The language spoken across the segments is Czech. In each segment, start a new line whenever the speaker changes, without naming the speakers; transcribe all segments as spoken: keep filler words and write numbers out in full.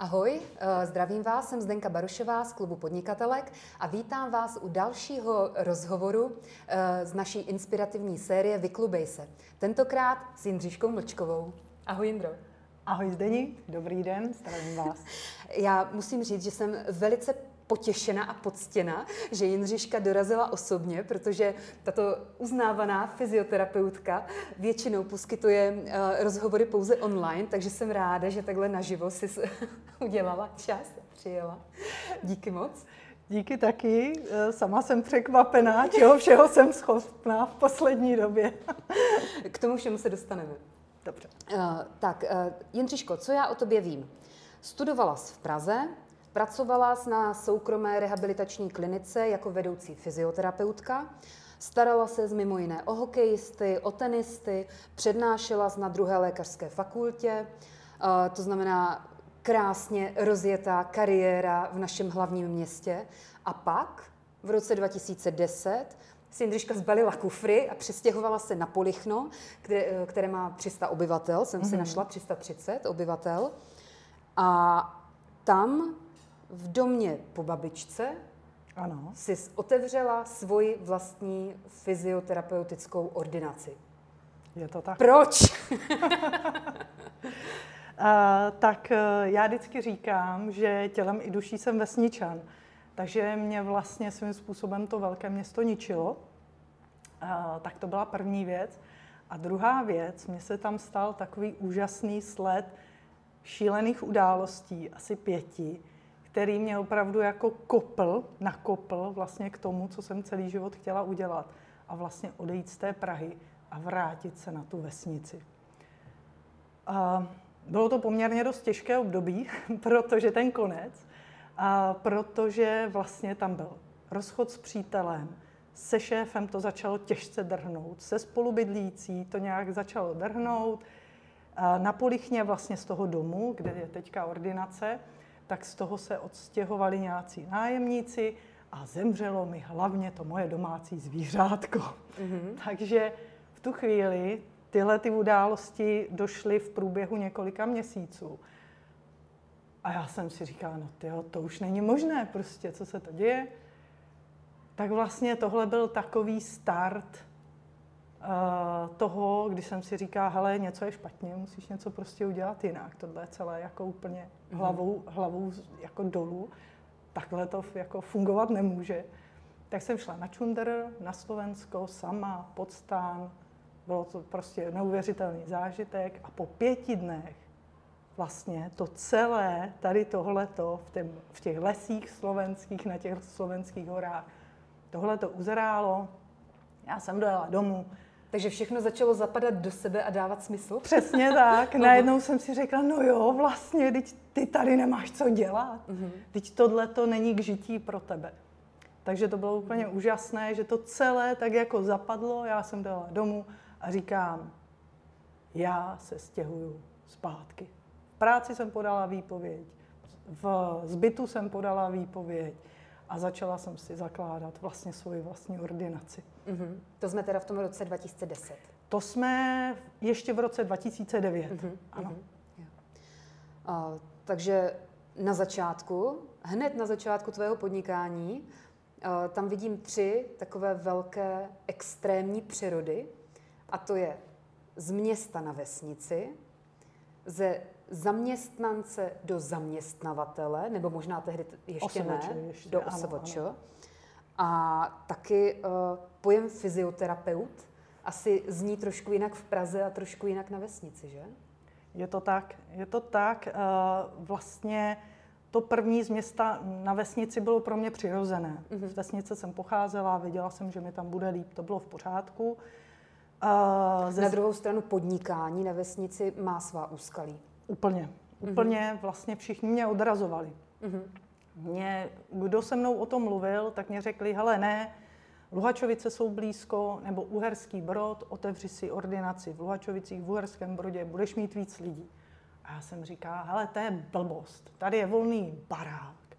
Ahoj, zdravím vás, jsem Zdenka Barušová z Klubu podnikatelek a vítám vás u dalšího rozhovoru z naší inspirativní série Vyklubej se. Tentokrát s Jindřiškou Mlčkovou. Ahoj, Jindro.
Ahoj Zdeni, dobrý den, zdravím vás.
Já musím říct, že jsem velice potěšena a poctěna, že Jindřiška dorazila osobně, protože tato uznávaná fyzioterapeutka většinou poskytuje uh, rozhovory pouze online, takže jsem ráda, že takhle naživo si udělala čas a přijela. Díky moc.
Díky taky. Sama jsem překvapená, čeho všeho jsem schopná v poslední době.
K tomu všemu se dostaneme.
Dobře.
Uh, tak, uh, Jindřiško, co já o tobě vím? Studovala jsi v Praze, pracovala jsi na soukromé rehabilitační klinice jako vedoucí fyzioterapeutka, starala se mimo jiné o hokejisty, o tenisty, přednášela jsi na druhé lékařské fakultě, to znamená krásně rozjetá kariéra v našem hlavním městě. A pak v roce dva tisíce deset si Jindřiška zbalila kufry a přestěhovala se na Polichno, které, které má tři sta obyvatel, jsem mm-hmm. si našla tři sta třicet obyvatel. A tam v domě po babičce
ano.
jsi otevřela svoji vlastní fyzioterapeutickou ordinaci.
Je to tak?
Proč?
uh, tak uh, já vždycky říkám, že tělem i duší jsem vesničan. Takže mě vlastně svým způsobem to velké město ničilo. Uh, tak to byla první věc. A druhá věc, mně se tam stal takový úžasný sled šílených událostí, asi pěti, který mě opravdu jako kopl, nakopl vlastně k tomu, co jsem celý život chtěla udělat. A vlastně odejít z té Prahy a vrátit se na tu vesnici. A bylo to poměrně dost těžké období, protože ten konec, a protože vlastně tam byl rozchod s přítelem, se šéfem to začalo těžce drhnout, se spolubydlící to nějak začalo drhnout. A na Polichně vlastně z toho domu, kde je teďka ordinace, tak z toho se odstěhovali nějací nájemníci a zemřelo mi hlavně to moje domácí zvířátko. Mm-hmm. Takže v tu chvíli tyhle ty události došly v průběhu několika měsíců. A já jsem si říkala, no tyjo, to už není možné prostě, co se to děje. Tak vlastně tohle byl takový start uh, toho, kdy jsem si říkala, hele, něco je špatně, musíš něco prostě udělat jinak. Tohle je celé jako úplně hlavou, hlavou jako dolů. Takhle to jako fungovat nemůže. Tak jsem šla na Čundr, na Slovensko, sama, pod stán. Bylo to prostě neuvěřitelný zážitek. A po pěti dnech vlastně to celé, tady tohleto v, těm, v těch lesích slovenských, na těch slovenských horách, tohle to uzrálo. Já jsem dojela domů.
Takže všechno začalo zapadat do sebe a dávat smysl?
Přesně tak. Najednou jsem si řekla, no jo, vlastně, teď ty tady nemáš co dělat. Mm-hmm. Teď tohle to není k žití pro tebe. Takže to bylo úplně mm-hmm. úžasné, že to celé tak jako zapadlo. Já jsem dala domů a říkám, já se stěhuju zpátky. V práci jsem podala výpověď, v zbytu jsem podala výpověď. A začala jsem si zakládat vlastně svoji vlastní ordinaci.
Mm-hmm. To jsme teda v tom roce dva tisíce deset.
To jsme ještě v roce dva tisíce devět. Mm-hmm. Ano.
Mm-hmm. A, takže na začátku, hned na začátku tvého podnikání, a, tam vidím tři takové velké extrémní přerody. A to je z města na vesnici, ze zaměstnance do zaměstnavatele, nebo možná tehdy ještě
osovoče,
ne,
ještě,
do
ano,
osovoče.
Ano.
A taky uh, pojem fyzioterapeut asi zní trošku jinak v Praze a trošku jinak na vesnici, že?
Je to tak, je to tak. Uh, vlastně to první z města na vesnici bylo pro mě přirozené. Mm-hmm. Z vesnice jsem pocházela, věděla jsem, že mi tam bude líp, to bylo v pořádku.
Uh, ze... Na druhou stranu podnikání na vesnici má svá úskalí.
Úplně. Úplně mm-hmm. vlastně všichni mě odrazovali. Mm-hmm. Mě, kdo se mnou o tom mluvil, tak mě řekli, hele ne, Luhačovice jsou blízko, nebo Uherský Brod, otevři si ordinaci v Luhačovicích, v Uherském Brodě, budeš mít víc lidí. A já jsem říkala, hele, to je blbost, tady je volný barák.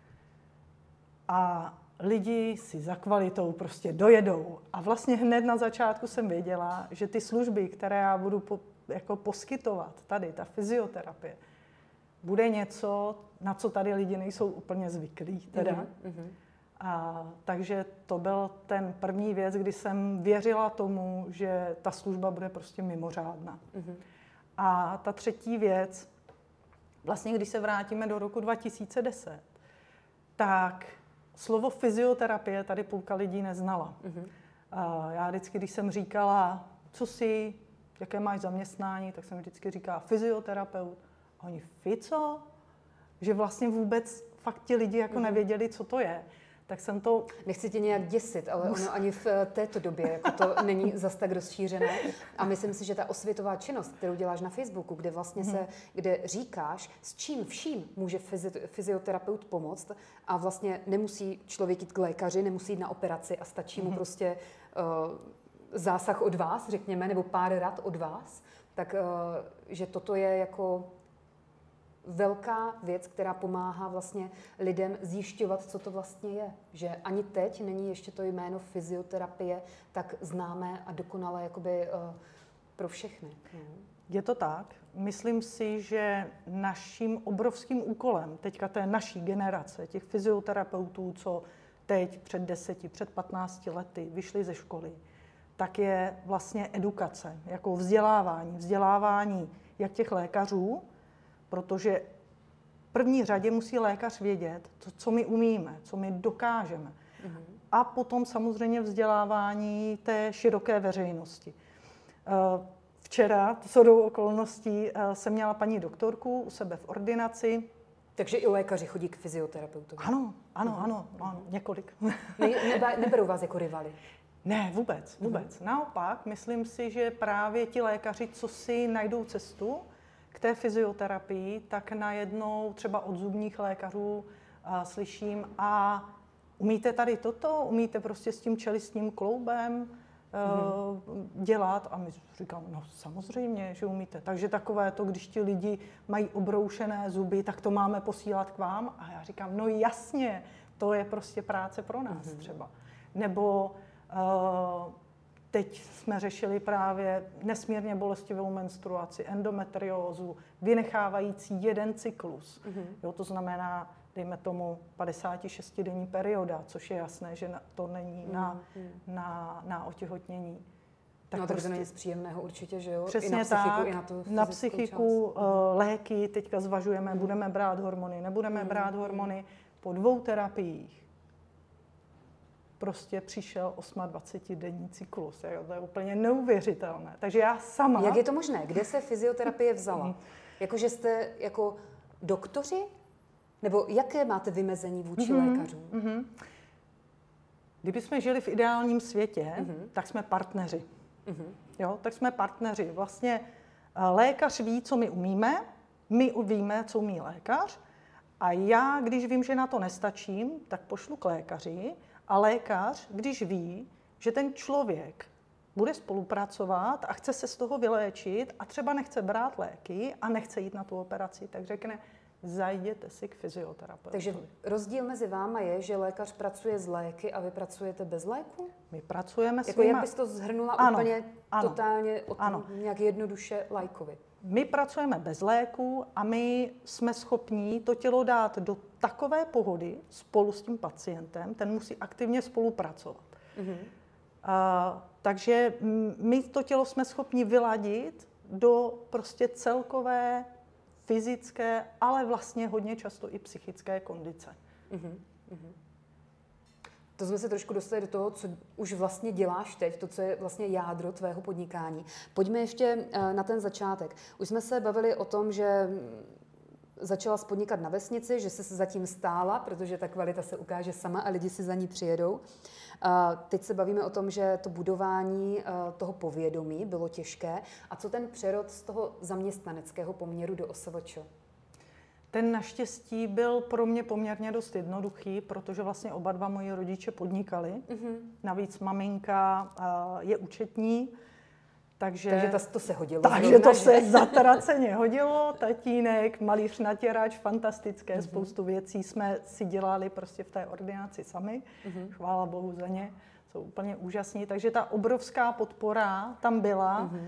A lidi si za kvalitou prostě dojedou. A vlastně hned na začátku jsem věděla, že ty služby, které já budu po, jako poskytovat tady, ta fyzioterapie, bude něco, na co tady lidi nejsou úplně zvyklí. Teda. Mm-hmm. A, takže to byl ten první věc, kdy jsem věřila tomu, že ta služba bude prostě mimořádná. Mm-hmm. A ta třetí věc, vlastně když se vrátíme do roku dva tisíce deset, tak slovo fyzioterapie tady půlka lidí neznala. Mm-hmm. A já vždycky, když jsem říkala, co jsi, jaké máš zaměstnání, tak jsem vždycky říkala fyzioterapeut. A oni, fy co? Že vlastně vůbec fakt ti lidi jako mm-hmm. nevěděli, co to je. Tak jsem to...
Nechci tě nějak děsit, ale ono ani v této době jako to není zas tak rozšířené. A myslím si, že ta osvětová činnost, kterou děláš na Facebooku, kde vlastně mm-hmm. se, kde říkáš, s čím vším může fyzi- fyzioterapeut pomoct a vlastně nemusí člověk jít k lékaři, nemusí jít na operaci a stačí mu mm-hmm. prostě uh, zásah od vás, řekněme, nebo pár rad od vás, tak uh, že toto je jako velká věc, která pomáhá vlastně lidem zjišťovat, co to vlastně je. Že ani teď není ještě to jméno fyzioterapie tak známé a dokonale jakoby uh, pro všechny.
Je to tak. Myslím si, že naším obrovským úkolem, teďka té naší generace, těch fyzioterapeutů, co teď před deseti, před patnácti lety vyšli ze školy, tak je vlastně edukace, jako vzdělávání. Vzdělávání jak těch lékařů, protože v první řadě musí lékař vědět, to, co my umíme, co my dokážeme. Mm-hmm. A potom samozřejmě vzdělávání té široké veřejnosti. Včera, shodou okolností, jsem měla paní doktorku u sebe v ordinaci.
Takže i lékaři chodí k fyzioterapeutovi?
Ano, ano, mm-hmm. ano, ano, několik.
Ne, neba, neberou vás jako rivaly?
Ne, vůbec, vůbec. Mm-hmm. Naopak, myslím si, že právě ti lékaři, co si najdou cestu k té fyzioterapii, tak najednou třeba od zubních lékařů a, slyším, a umíte tady toto, umíte prostě s tím čelistním kloubem mm-hmm. dělat? A my říkám, no samozřejmě, že umíte. Takže takové to, když ti lidi mají obroušené zuby, tak to máme posílat k vám? A já říkám, no jasně, to je prostě práce pro nás mm-hmm. třeba. Nebo uh, teď jsme řešili právě nesmírně bolestivou menstruaci, endometriózu, vynechávající jeden cyklus. Mm-hmm. Jo, to znamená, dejme tomu padesátišestidenní perioda, což je jasné, že to není mm-hmm. na, na, na otěhotnění.
Tak no, prostě, to není z příjemného určitě, že jo?
Přesně
I na psychiku,
tak,
i na tu
na psychiku,
část.
Léky, teďka zvažujeme, mm-hmm. budeme brát hormony, nebudeme mm-hmm. brát hormony. Po dvou terapiích prostě přišel dvacetiosmidenní cyklus. To je úplně neuvěřitelné. Takže já sama...
Jak je to možné? Kde se fyzioterapie vzala? Jakože jste jako doktoři? Nebo jaké máte vymezení vůči mm-hmm. lékařům?
Mm-hmm. Kdybychom žili v ideálním světě, mm-hmm. tak jsme partneři. Mm-hmm. Jo, tak jsme partneři. Vlastně lékař ví, co my umíme, my víme, co umí lékař, a já, když vím, že na to nestačím, tak pošlu k lékaři. A lékař, když ví, že ten člověk bude spolupracovat a chce se z toho vyléčit a třeba nechce brát léky a nechce jít na tu operaci, tak řekne, zajděte si k fyzioterapeutovi.
Takže rozdíl mezi váma je, že lékař pracuje s léky a vy pracujete bez léku?
My pracujeme s
jako svýma... Jak bys to zhrnula
ano,
úplně
ano,
totálně od
ano.
nějak jednoduše lajkovi?
My pracujeme bez léku a my jsme schopní to tělo dát do takové pohody spolu s tím pacientem, ten musí aktivně spolupracovat. Mm-hmm. A, takže my to tělo jsme schopni vyladit do prostě celkové fyzické, ale vlastně hodně často i psychické kondice. Mm-hmm.
To jsme se trošku dostali do toho, co už vlastně děláš teď, to, co je vlastně jádro tvého podnikání. Pojďme ještě na ten začátek. Už jsme se bavili o tom, že začala podnikat na vesnici, že jsi se zatím stála, protože ta kvalita se ukáže sama a lidi si za ní přijedou. Teď se bavíme o tom, že to budování toho povědomí bylo těžké. A co ten přerod z toho zaměstnaneckého poměru do O S V Č?
Ten naštěstí byl pro mě poměrně dost jednoduchý, protože vlastně oba dva moji rodiče podnikali. Mm-hmm. Navíc maminka je účetní, takže...
Takže to, to se hodilo.
Takže zrovna, to že? se zatraceně hodilo. Tatínek, malíř, natěrač, fantastické, mm-hmm. spoustu věcí jsme si dělali prostě v té ordinaci sami. Mm-hmm. Chvála Bohu za ně, jsou úplně úžasní. Takže ta obrovská podpora tam byla. Mm-hmm.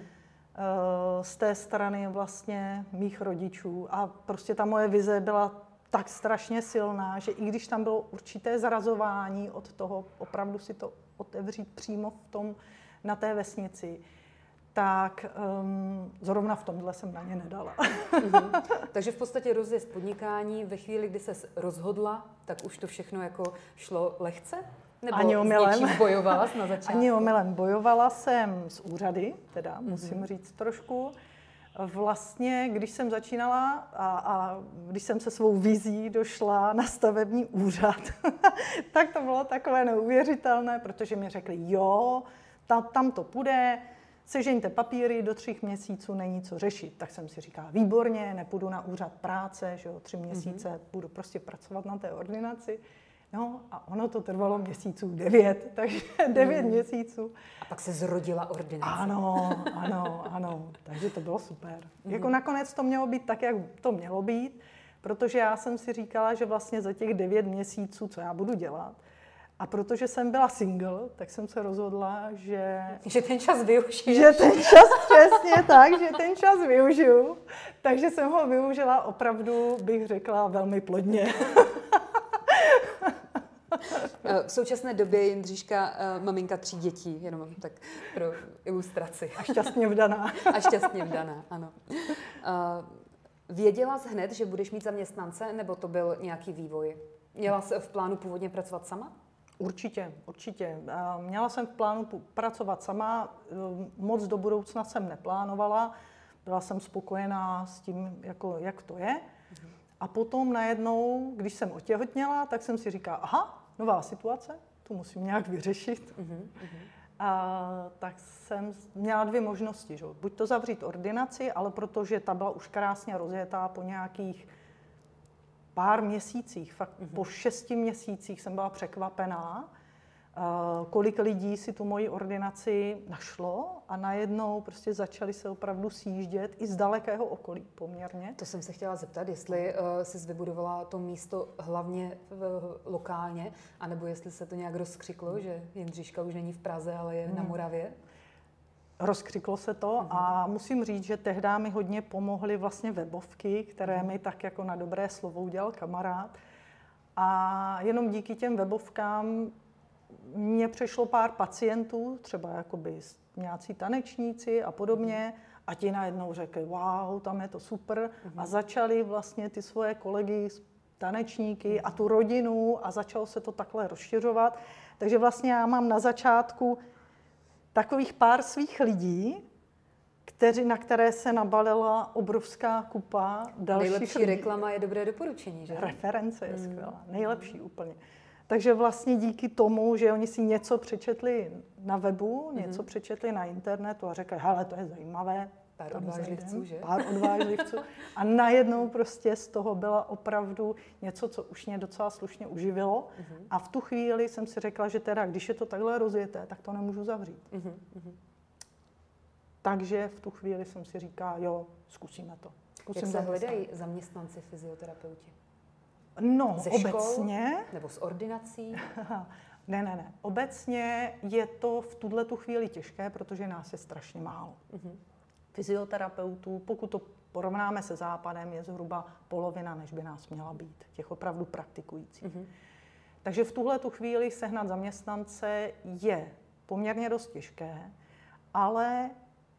z té strany vlastně mých rodičů. A prostě ta moje vize byla tak strašně silná, že i když tam bylo určité zrazování od toho opravdu si to otevřít přímo v tom, na té vesnici, tak um, zrovna v tomhle jsem na ně nedala.
Mm-hmm. Takže v podstatě rozjezd podnikání ve chvíli, kdy ses rozhodla, tak už to všechno jako šlo lehce? Nebo
Ani omylem.
s něčím bojovala na začátku?
Ani omylem. Bojovala jsem s úřady, teda musím
mm-hmm.
říct trošku. Vlastně, když jsem začínala a, a když jsem se svou vizí došla na stavební úřad, tak to bylo takové neuvěřitelné, protože mi řekli, jo, ta, tam to půjde, sežeňte papíry, do třích měsíců není co řešit. Tak jsem si říkala, výborně, nepůjdu na úřad práce, že jo, tři měsíce mm-hmm. budu prostě pracovat na té ordinaci. No a ono to trvalo měsíců devět, takže devět mm. měsíců.
A pak se zrodila ordinace.
Ano, ano, ano, takže to bylo super. Mm. Jako nakonec to mělo být tak, jak to mělo být, protože já jsem si říkala, že vlastně za těch devět měsíců, co já budu dělat, a protože jsem byla single, tak jsem se rozhodla, že...
Že ten čas využiješ.
Že ten čas, přesně tak, že ten čas využiju. Takže jsem ho využila opravdu, bych řekla, velmi plodně.
V současné době je Jindříška maminka tří dětí, jenom tak pro ilustraci.
A šťastně vdaná.
A šťastně vdaná, ano. Věděla jsi hned, že budeš mít zaměstnance, nebo to byl nějaký vývoj? Měla jsi v plánu původně pracovat sama?
Určitě, určitě. Měla jsem v plánu pracovat sama, moc do budoucna jsem neplánovala, byla jsem spokojená s tím, jako, jak to je. A potom najednou, když jsem otěhotněla, tak jsem si říkala, aha, nová situace, to musím nějak vyřešit. Uh-huh, uh-huh. A tak jsem měla dvě možnosti, že? Buď to zavřít ordinaci, ale protože ta byla už krásně rozjetá po nějakých pár měsících, fakt uh-huh. po šesti měsících jsem byla překvapená, kolik lidí si tu moji ordinaci našlo a najednou prostě začali se opravdu sjíždět i z dalekého okolí poměrně.
To jsem se chtěla zeptat, jestli uh, jsi vybudovala to místo hlavně v, lokálně, anebo jestli se to nějak rozkřiklo, hmm. že Jindříška už není v Praze, ale je hmm. na Moravě?
Rozkřiklo se to hmm. a musím říct, že tehdy mi hodně pomohly vlastně webovky, které hmm. mi tak jako na dobré slovo udělal kamarád. A jenom díky těm webovkám mně přešlo pár pacientů, třeba jakoby nějací tanečníci a podobně, a ti najednou řekli, wow, tam je to super, a začali vlastně ty svoje kolegy, tanečníky a tu rodinu a začalo se to takhle rozšiřovat. Takže vlastně já mám na začátku takových pár svých lidí, kteří, na které se nabalila obrovská kupa dalších
Nejlepší lidí. Reklama je dobré doporučení, že?
Reference je skvělá, nejlepší úplně. Takže vlastně díky tomu, že oni si něco přečetli na webu, mm-hmm. něco přečetli na internetu a řekli, hele, to je zajímavé.
Pár odvážlivců, že?
Pár odvážlivců. A najednou prostě z toho byla opravdu něco, co už mě docela slušně uživilo. Mm-hmm. A v tu chvíli jsem si řekla, že teda, když je to takhle rozjeté, tak to nemůžu zavřít. Mm-hmm. Takže v tu chvíli jsem si říkala, jo, zkusíme to. Zkusím
Jak se hledají zaměstnanci fyzioterapeuti?
No,
Ze
obecně.
Škol, nebo s ordinací?
ne, ne, ne. Obecně je to v tuhletu chvíli těžké, protože nás je strašně málo. Uh-huh. Fyzioterapeutů, pokud to porovnáme se Západem, je zhruba polovina, než by nás měla být. Těch opravdu praktikujících. Uh-huh. Takže v tuhletu chvíli sehnat zaměstnance je poměrně dost těžké, ale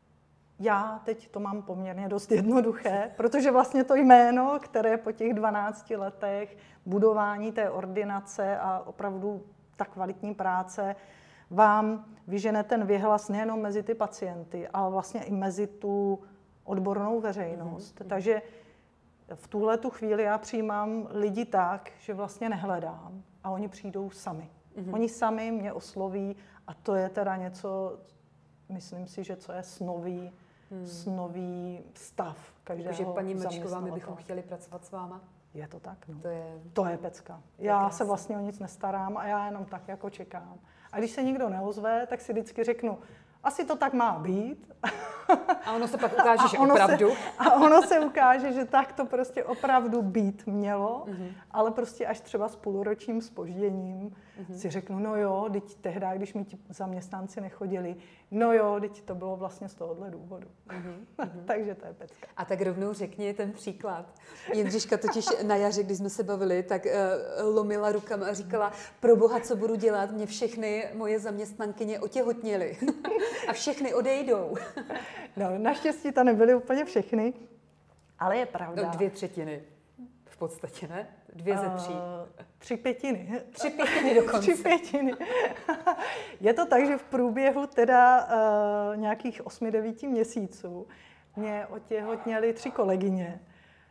já teď to mám poměrně dost jednoduché, protože vlastně to jméno, které po těch dvanácti letech budování té ordinace a opravdu ta kvalitní práce vám vyžene ten věhlas nejenom mezi ty pacienty, ale vlastně i mezi tu odbornou veřejnost. Mm-hmm. Takže v tuhletu chvíli já přijímám lidi tak, že vlastně nehledám a oni přijdou sami. Mm-hmm. Oni sami mě osloví a to je teda něco, myslím si, že co je snový, Hmm. snový stav každého
Takže paní Mlčková, my bychom chtěli pracovat s váma?
Je to tak, no.
To je,
to je pecka. Já krásný. Se vlastně o nic nestarám a já jenom tak jako čekám. A když se nikdo neozve, tak si vždycky řeknu, asi to tak má být.
A ono se pak ukáže, že opravdu.
Se, a ono se ukáže, že tak to prostě opravdu být mělo, mm-hmm. ale prostě až třeba s půlročním zpožděním, Mm-hmm. Si řeknu, no jo, teď tehdy, když mi ti zaměstnanci nechodili, no jo, teď to bylo vlastně z tohohle důvodu. Mm-hmm. Takže to je pecka.
A tak rovnou řekni ten příklad. Jindřiška totiž na jaře, když jsme se bavili, tak uh, lomila rukama a říkala, pro boha, co budu dělat, mě všechny moje zaměstnankyně otěhotněly a všechny odejdou.
No, naštěstí to nebyly úplně všechny, ale je pravda.
No, dvě třetiny. V podstatě, ne? Dvě ze tří. Uh,
tři pětiny.
Tři pětiny dokonce.
Tři pětiny. Je to tak, že v průběhu teda uh, nějakých osmi, devíti měsíců mě otěhotněly tři kolegyně.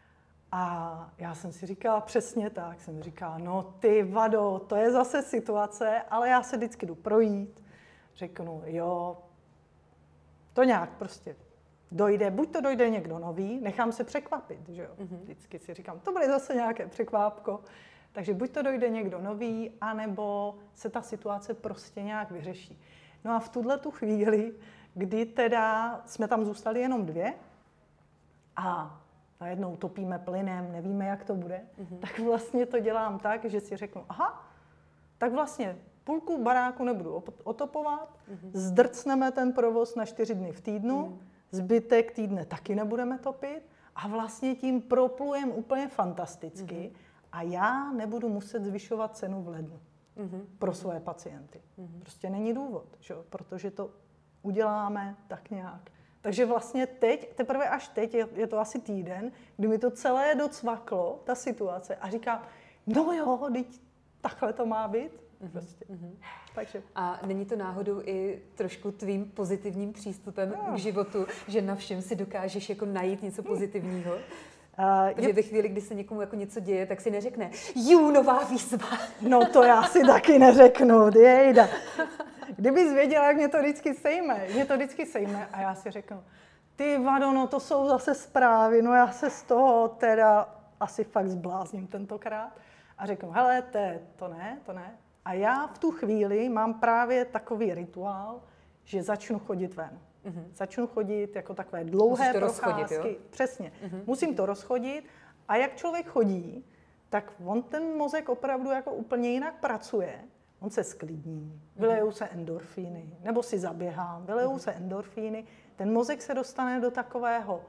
A já jsem si říkala přesně tak. Jsem říkala, no ty vado, to je zase situace, ale já se vždycky jdu projít. Řeknu, jo, to nějak prostě dojde, buď to dojde někdo nový, nechám se překvapit, že jo. Mm-hmm. Vždycky si říkám, to bude zase nějaké překvápko. Takže buď to dojde někdo nový, anebo se ta situace prostě nějak vyřeší. No a v tuhle tu chvíli, kdy teda jsme tam zůstali jenom dvě a najednou topíme plynem, nevíme, jak to bude, mm-hmm. tak vlastně to dělám tak, že si řeknu, aha, tak vlastně půlku baráku nebudu otopovat, mm-hmm. zdrcneme ten provoz na čtyři dny v týdnu, mm-hmm. zbytek týdne taky nebudeme topit a vlastně tím proplujem úplně fantasticky mm-hmm. a já nebudu muset zvyšovat cenu v lednu mm-hmm. pro svoje pacienty. Mm-hmm. Prostě není důvod, že? Protože to uděláme tak nějak. Takže vlastně teď, teprve až teď, je, je to asi týden, kdy mi to celé docvaklo, ta situace a říkám, no jo, teď takhle to má být. Prostě. Mm-hmm. Takže.
A není to náhodou i trošku tvým pozitivním přístupem no. k životu, že na všem si dokážeš jako najít něco pozitivního? Uh, Protože je... ve chvíli, kdy se někomu jako něco děje, tak si neřekne, jú, nová výzva.
No to já si taky neřeknu, jejda. Kdybys věděla, jak mě to vždycky sejme, mě to vždycky sejme a já si řeknu, ty vado, no to jsou zase zprávy, no já se z toho teda asi fakt zblázním tentokrát a řeknu, hele, te, to ne, to ne. A já v tu chvíli mám právě takový rituál, že začnu chodit ven. Mm-hmm. Začnu chodit jako takové dlouhé procházky. Přesně. Mm-hmm. Musím to rozchodit. A jak člověk chodí, tak on ten mozek opravdu jako úplně jinak pracuje. On se sklidní, vylejou se endorfíny, nebo si zaběhám, vylejou mm-hmm. se endorfíny. Ten mozek se dostane do takového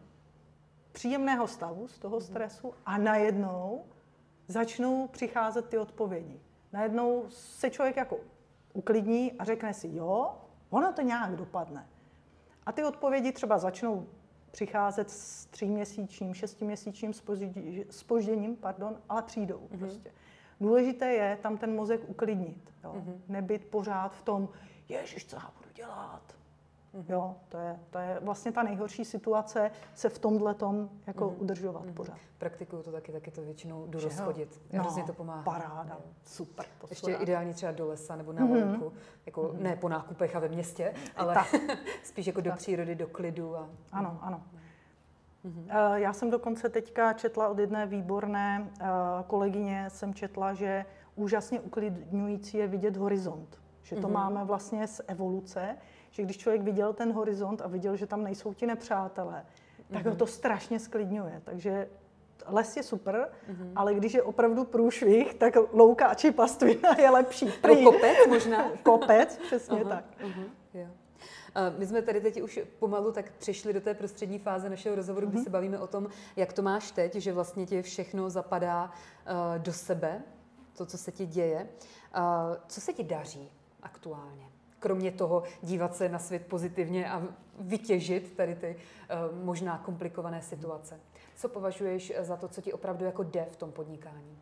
příjemného stavu z toho stresu a najednou začnou přicházet ty odpovědi. Najednou se člověk jako uklidní a řekne si, jo, ono to nějak dopadne. A ty odpovědi třeba začnou přicházet s tříměsíčním, šestiměsíčním zpožděním, pardon, ale přijdou mm-hmm. prostě. Důležité je tam ten mozek uklidnit, jo? Mm-hmm. Nebyt pořád v tom, ježiš, co já budu dělat. Mm-hmm. Jo, to je, to je vlastně ta nejhorší situace, se v tomhletom jako mm-hmm. udržovat mm-hmm. pořád.
Praktikuju to taky, taky to většinou jdu rozchodit.
No,
hrozně to pomáhá.
Paráda,
jo.
Super.
Ještě ideálně třeba do lesa nebo na mm-hmm. louku, jako mm-hmm. ne po nákupech a ve městě, ale spíš jako do tak. přírody, do klidu. A...
Ano, ano. Mm-hmm. Já jsem dokonce teďka četla od jedné výborné kolegyně, jsem četla, že úžasně uklidňující je vidět horizont. Že to mm-hmm. máme vlastně z evoluce, že když člověk viděl ten horizont a viděl, že tam nejsou ti nepřátelé, tak mm-hmm. ho to strašně sklidňuje. Takže les je super, mm-hmm. ale když je opravdu průšvih, tak louka či pastvina je lepší.
Pro kopec možná?
Kopec, přesně uh-huh, tak.
Uh-huh, jo. My jsme tady teď už pomalu tak přišli do té prostřední fáze našeho rozhovoru, mm-hmm. kdy se bavíme o tom, jak to máš teď, že vlastně ti všechno zapadá uh, do sebe, to, co se ti děje. Uh, co se ti daří aktuálně? Kromě toho dívat se na svět pozitivně a vytěžit tady ty uh, možná komplikované situace. Co považuješ za to, co ti opravdu jako jde v tom podnikání?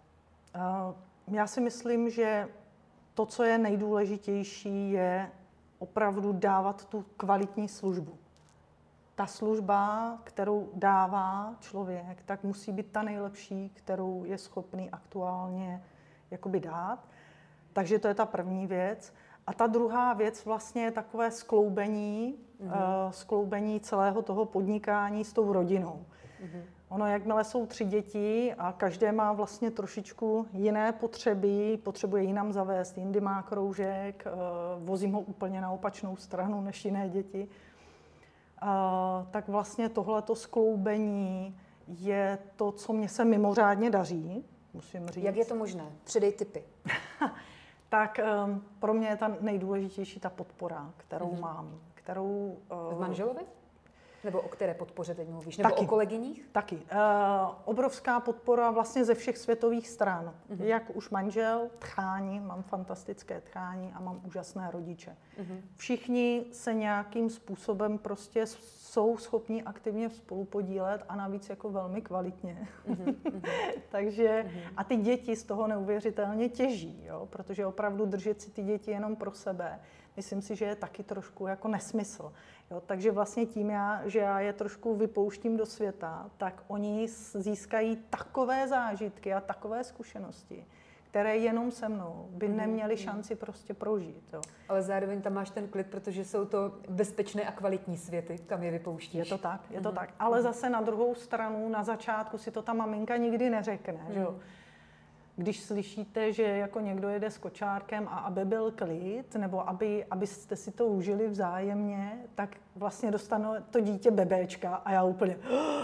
Uh, já si myslím, že to, co je nejdůležitější, je opravdu dávat tu kvalitní službu. Ta služba, kterou dává člověk, tak musí být ta nejlepší, kterou je schopný aktuálně jakoby dát. Takže to je ta první věc. A ta druhá věc vlastně je takové skloubení, mm-hmm. uh, skloubení celého toho podnikání s tou rodinou. Mm-hmm. Ono, jakmile jsou tři děti a každé má vlastně trošičku jiné potřeby, potřebuje jinam zavést, jindy má kroužek, uh, vozím ho úplně na opačnou stranu než jiné děti, uh, tak vlastně tohleto skloubení je to, co mě se mimořádně daří, musím říct.
Jak je to možné? Předej tipy.
tak um, pro mě je ta nejdůležitější ta podpora, kterou mm-hmm. mám. Kterou,
uh, v manželovi? Nebo o které podpoře teď mluvíš? Nebo
taky,
o kolegyních?
Taky. Uh, obrovská podpora vlastně ze všech světových stran. Mm-hmm. Jak už manžel, tchání, mám fantastické tchání a mám úžasné rodiče. Mm-hmm. Všichni se nějakým způsobem prostě jsou schopni aktivně spolupodílet a navíc jako velmi kvalitně. Mm-hmm. Takže mm-hmm. a ty děti z toho neuvěřitelně těží, jo? Protože opravdu držet si ty děti jenom pro sebe, myslím si, že je taky trošku jako nesmysl. Jo, takže vlastně tím, já, že já je trošku vypouštím do světa, tak oni získají takové zážitky a takové zkušenosti, které jenom se mnou by neměli šanci prostě prožít. Jo.
Ale zároveň tam máš ten klid, protože jsou to bezpečné a kvalitní světy, kam je vypouštíš.
Je to tak, je to mm. tak. Ale zase na druhou stranu, na začátku si to ta maminka nikdy neřekne. Mm. Že jo. Když slyšíte, že jako někdo jede s kočárkem a aby byl klid, nebo aby, abyste si to užili vzájemně, tak vlastně dostane to dítě bebéčka a já úplně...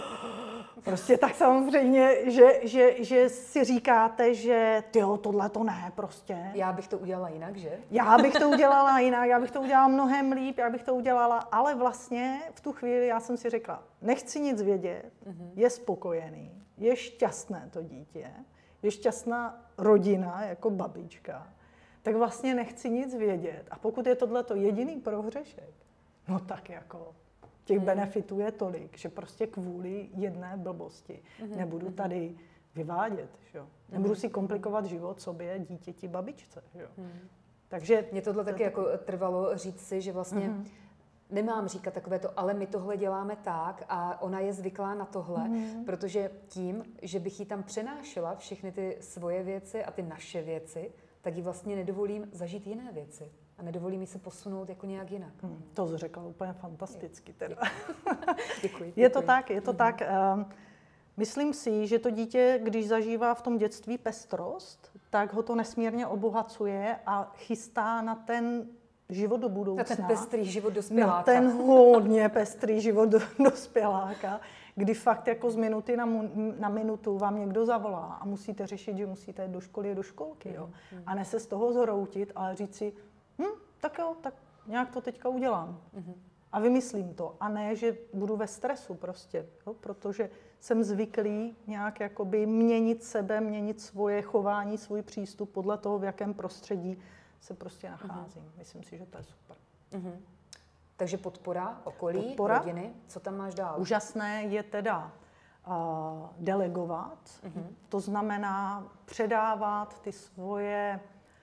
Prostě tak samozřejmě, že, že, že si říkáte, že tyjo, tohle to ne prostě.
Já bych to udělala jinak, že?
Já bych to udělala jinak, já bych to udělala mnohem líp, já bych to udělala, ale vlastně v tu chvíli já jsem si řekla, nechci nic vědět, mm-hmm. je spokojený, je šťastné to dítě, je šťastná rodina, jako babička, tak vlastně nechci nic vědět. A pokud je tohleto jediný prohřešek, no tak jako těch mm. benefitů je tolik, že prostě kvůli jedné blbosti mm. nebudu tady vyvádět. Že? Nebudu si komplikovat život sobě, dítěti, babičce. Že? Mm. Takže
mě tohle taky jako trvalo říct si, že vlastně mm. nemám říkat takové to, ale my tohle děláme tak a ona je zvyklá na tohle, mm. protože tím, že bych jí tam přenášela všechny ty svoje věci a ty naše věci, tak jí vlastně nedovolím zažít jiné věci a nedovolím jí se posunout jako nějak jinak.
Mm. To jsi řekla úplně fantasticky. Teda.
Děkuji. Děkuji.
Je to tak, je to mm. tak. Um, myslím si, že to dítě, když zažívá v tom dětství pestrost, tak ho to nesmírně obohacuje a chystá na ten život do budoucna.
Na ten pestrý život dospěláka.
Na ten hodně pestrý život do, dospěláka, kdy fakt jako z minuty na, mu, na minutu vám někdo zavolá a musíte řešit, že musíte jít do školy, do školky. Jo? Mm. A ne se z toho zhroutit, ale říct si, hm, tak jo, tak nějak to teďka udělám. Mm. A vymyslím to. A ne, že budu ve stresu prostě, jo? Protože jsem zvyklý nějak jakoby měnit sebe, měnit svoje chování, svůj přístup podle toho, v jakém prostředí se prostě nacházím. Mm-hmm. Myslím si, že to je super.
Mm-hmm. Takže podpora okolí,
podpora.
Rodiny. Co tam máš dál?
Úžasné je teda uh, delegovat. Mm-hmm. To znamená předávat ty svoje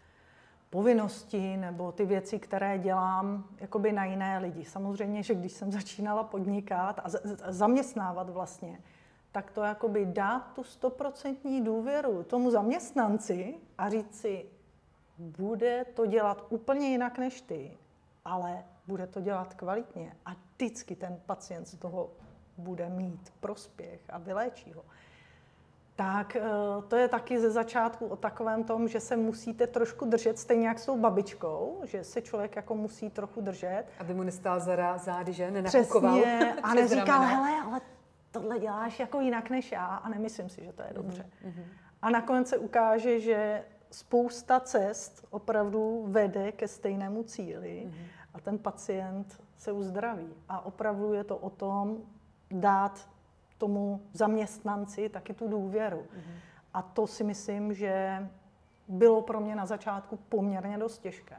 povinnosti nebo ty věci, které dělám, jakoby na jiné lidi. Samozřejmě, že když jsem začínala podnikat a z- zaměstnávat vlastně, tak to jakoby dát tu stoprocentní důvěru tomu zaměstnanci a říct si, bude to dělat úplně jinak než ty, ale bude to dělat kvalitně a vždycky ten pacient z toho bude mít prospěch a vyléčí ho. Tak to je taky ze začátku o takovém tom, že se musíte trošku držet, stejně jak s tou babičkou, že se člověk jako musí trochu držet.
Aby mu nestál za zády, že? Nenakukoval.
Přesně, a neříkal, hele, ale tohle děláš jako jinak než já a nemyslím si, že to je dobře. Mm-hmm. A nakonec se ukáže, že spousta cest opravdu vede ke stejnému cíli mm-hmm. a ten pacient se uzdraví. A opravdu je to o tom dát tomu zaměstnanci taky tu důvěru. Mm-hmm. A to si myslím, že bylo pro mě na začátku poměrně dost těžké.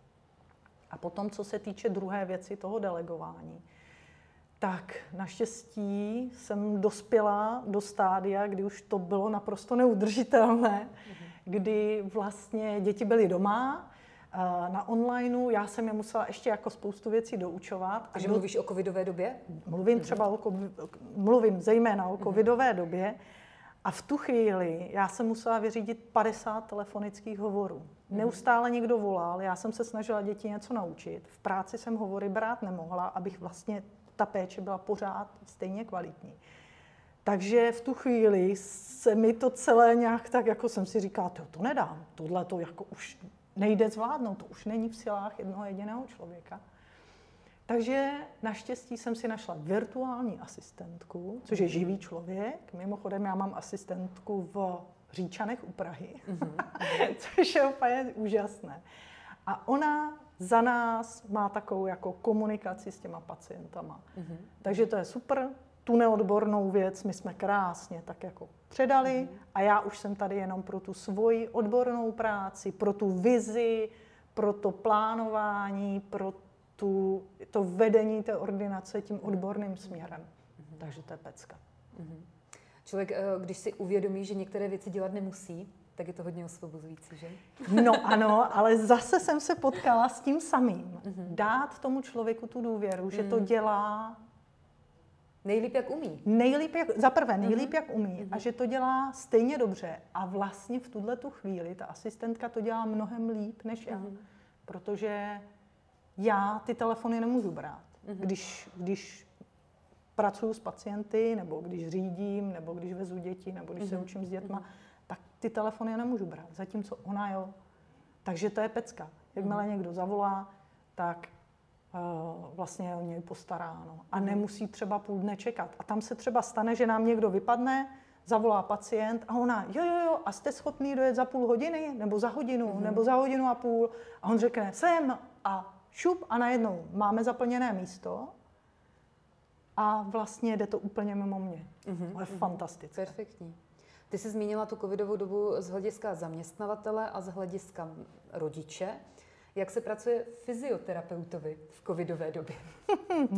A potom, co se týče druhé věci, toho delegování, tak naštěstí jsem dospěla do stádia, kdy už to bylo naprosto neudržitelné, mm-hmm. kdy vlastně děti byly doma, na onlineu, já jsem je musela ještě jako spoustu věcí doučovat.
Takže do... mluvíš o covidové době?
Mluvím třeba o, mluvím zejména o covidové mm-hmm. době a v tu chvíli já jsem musela vyřídit padesát telefonických hovorů. Mm-hmm. Neustále někdo volal, já jsem se snažila děti něco naučit. V práci jsem hovory brát nemohla, abych vlastně ta péče byla pořád stejně kvalitní. Takže v tu chvíli se mi to celé nějak tak, jako jsem si říkala, to, to nedám, tohle to jako už nejde zvládnout, to už není v silách jednoho jediného člověka. Takže naštěstí jsem si našla virtuální asistentku, což je živý člověk. Mimochodem já mám asistentku v Říčanech u Prahy, mm-hmm. což je úplně úžasné. A ona za nás má takovou jako komunikaci s těma pacientama. Mm-hmm. Takže to je super. Tu neodbornou věc my jsme krásně tak jako předali mm-hmm. a já už jsem tady jenom pro tu svoji odbornou práci, pro tu vizi, pro to plánování, pro tu, to vedení té ordinace tím odborným směrem. Mm-hmm. Takže to je pecka.
Mm-hmm. Člověk, když si uvědomí, že některé věci dělat nemusí, tak je to hodně osvobozující, že?
No ano, ale zase jsem se potkala s tím samým. Mm-hmm. Dát tomu člověku tu důvěru, že mm. to dělá
nejlíp, jak umí.
Nejlíp, jak, za prvé, nejlíp, mm-hmm. jak umí
mm-hmm.
a že to dělá stejně dobře. A vlastně v tuhle tu chvíli ta asistentka to dělá mnohem líp než já. Mm-hmm. Protože já ty telefony nemůžu brát. Mm-hmm. Když, když pracuji s pacienty, nebo když řídím, nebo když vezu děti, nebo když mm-hmm. se učím s dětma, mm-hmm. tak ty telefony já nemůžu brát. Zatímco ona jo. Takže to je pecka. Jakmile mm-hmm. někdo zavolá, tak vlastně je o něj postaráno. A nemusí třeba půl dne čekat. A tam se třeba stane, že nám někdo vypadne, zavolá pacient a ona, jo, jo, jo, a jste schopný dojet za půl hodiny, nebo za hodinu, mm-hmm. nebo za hodinu a půl. A on řekne, jsem a šup a najednou máme zaplněné místo a vlastně jde to úplně mimo mě. Mm-hmm. To je mm-hmm. fantastické.
Perfektní. Ty jsi zmínila tu covidovou dobu z hlediska zaměstnavatele a z hlediska rodiče. Jak se pracuje fyzioterapeutovi v covidové době?
uh,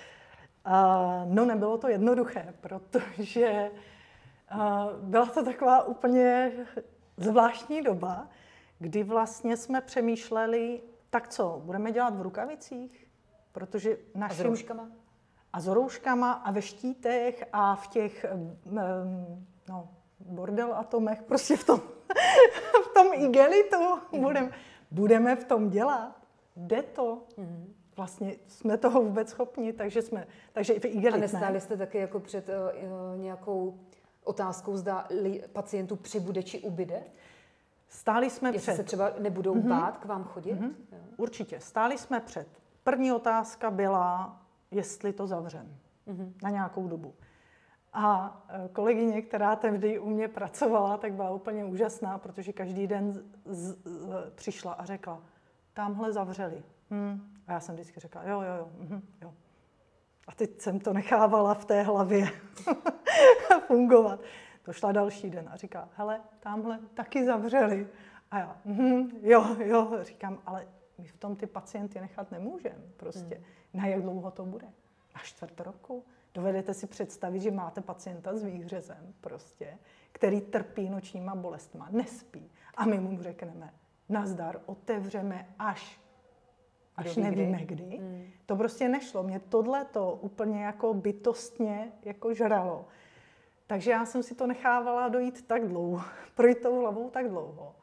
no nebylo to jednoduché, protože uh, byla to taková úplně zvláštní doba, kdy vlastně jsme přemýšleli, tak co, budeme dělat v rukavicích? Protože našim...
A s rouškama?
A s rouškama a ve štítech a v těch um, no, bordel atomech, prostě v tom, v tom igelitu mm-hmm. budeme... Budeme v tom dělat? Jde to? Mm-hmm. Vlastně jsme toho vůbec schopni, takže jsme... Takže i igelit,
a nestáli jste taky jako před uh, nějakou otázkou, zda li, pacientů přibude či ubyde?
Stáli jsme
Jestli
před...
Jestli se třeba nebudou mm-hmm. bát k vám chodit? Mm-hmm.
Určitě. Stáli jsme před. První otázka byla, jestli to zavřem. Mm-hmm. Na nějakou dobu. A kolegyně, která tehdy u mě pracovala, tak byla úplně úžasná, protože každý den z, z, z, přišla a řekla, tamhle zavřeli. Hmm. A já jsem vždycky řekla, jo, jo, jo, mhm, jo. A teď jsem to nechávala v té hlavě fungovat. Došla další den a říká, hele, tamhle taky zavřeli. A já, mhm, jo, jo, říkám, ale my v tom ty pacienty nechat nemůžeme prostě. Hmm. Na jak dlouho to bude? Na čtvrt roku? Dovedete si představit, že máte pacienta s výhřezem prostě, který trpí nočníma bolestma, nespí. A my mu řekneme, nazdar, otevřeme až, až kdy, nevíme kdy. kdy. Hmm. To prostě nešlo. Mě tohleto úplně jako bytostně jako žralo. Takže já jsem si to nechávala dojít tak dlouho, projít tou hlavou tak dlouho,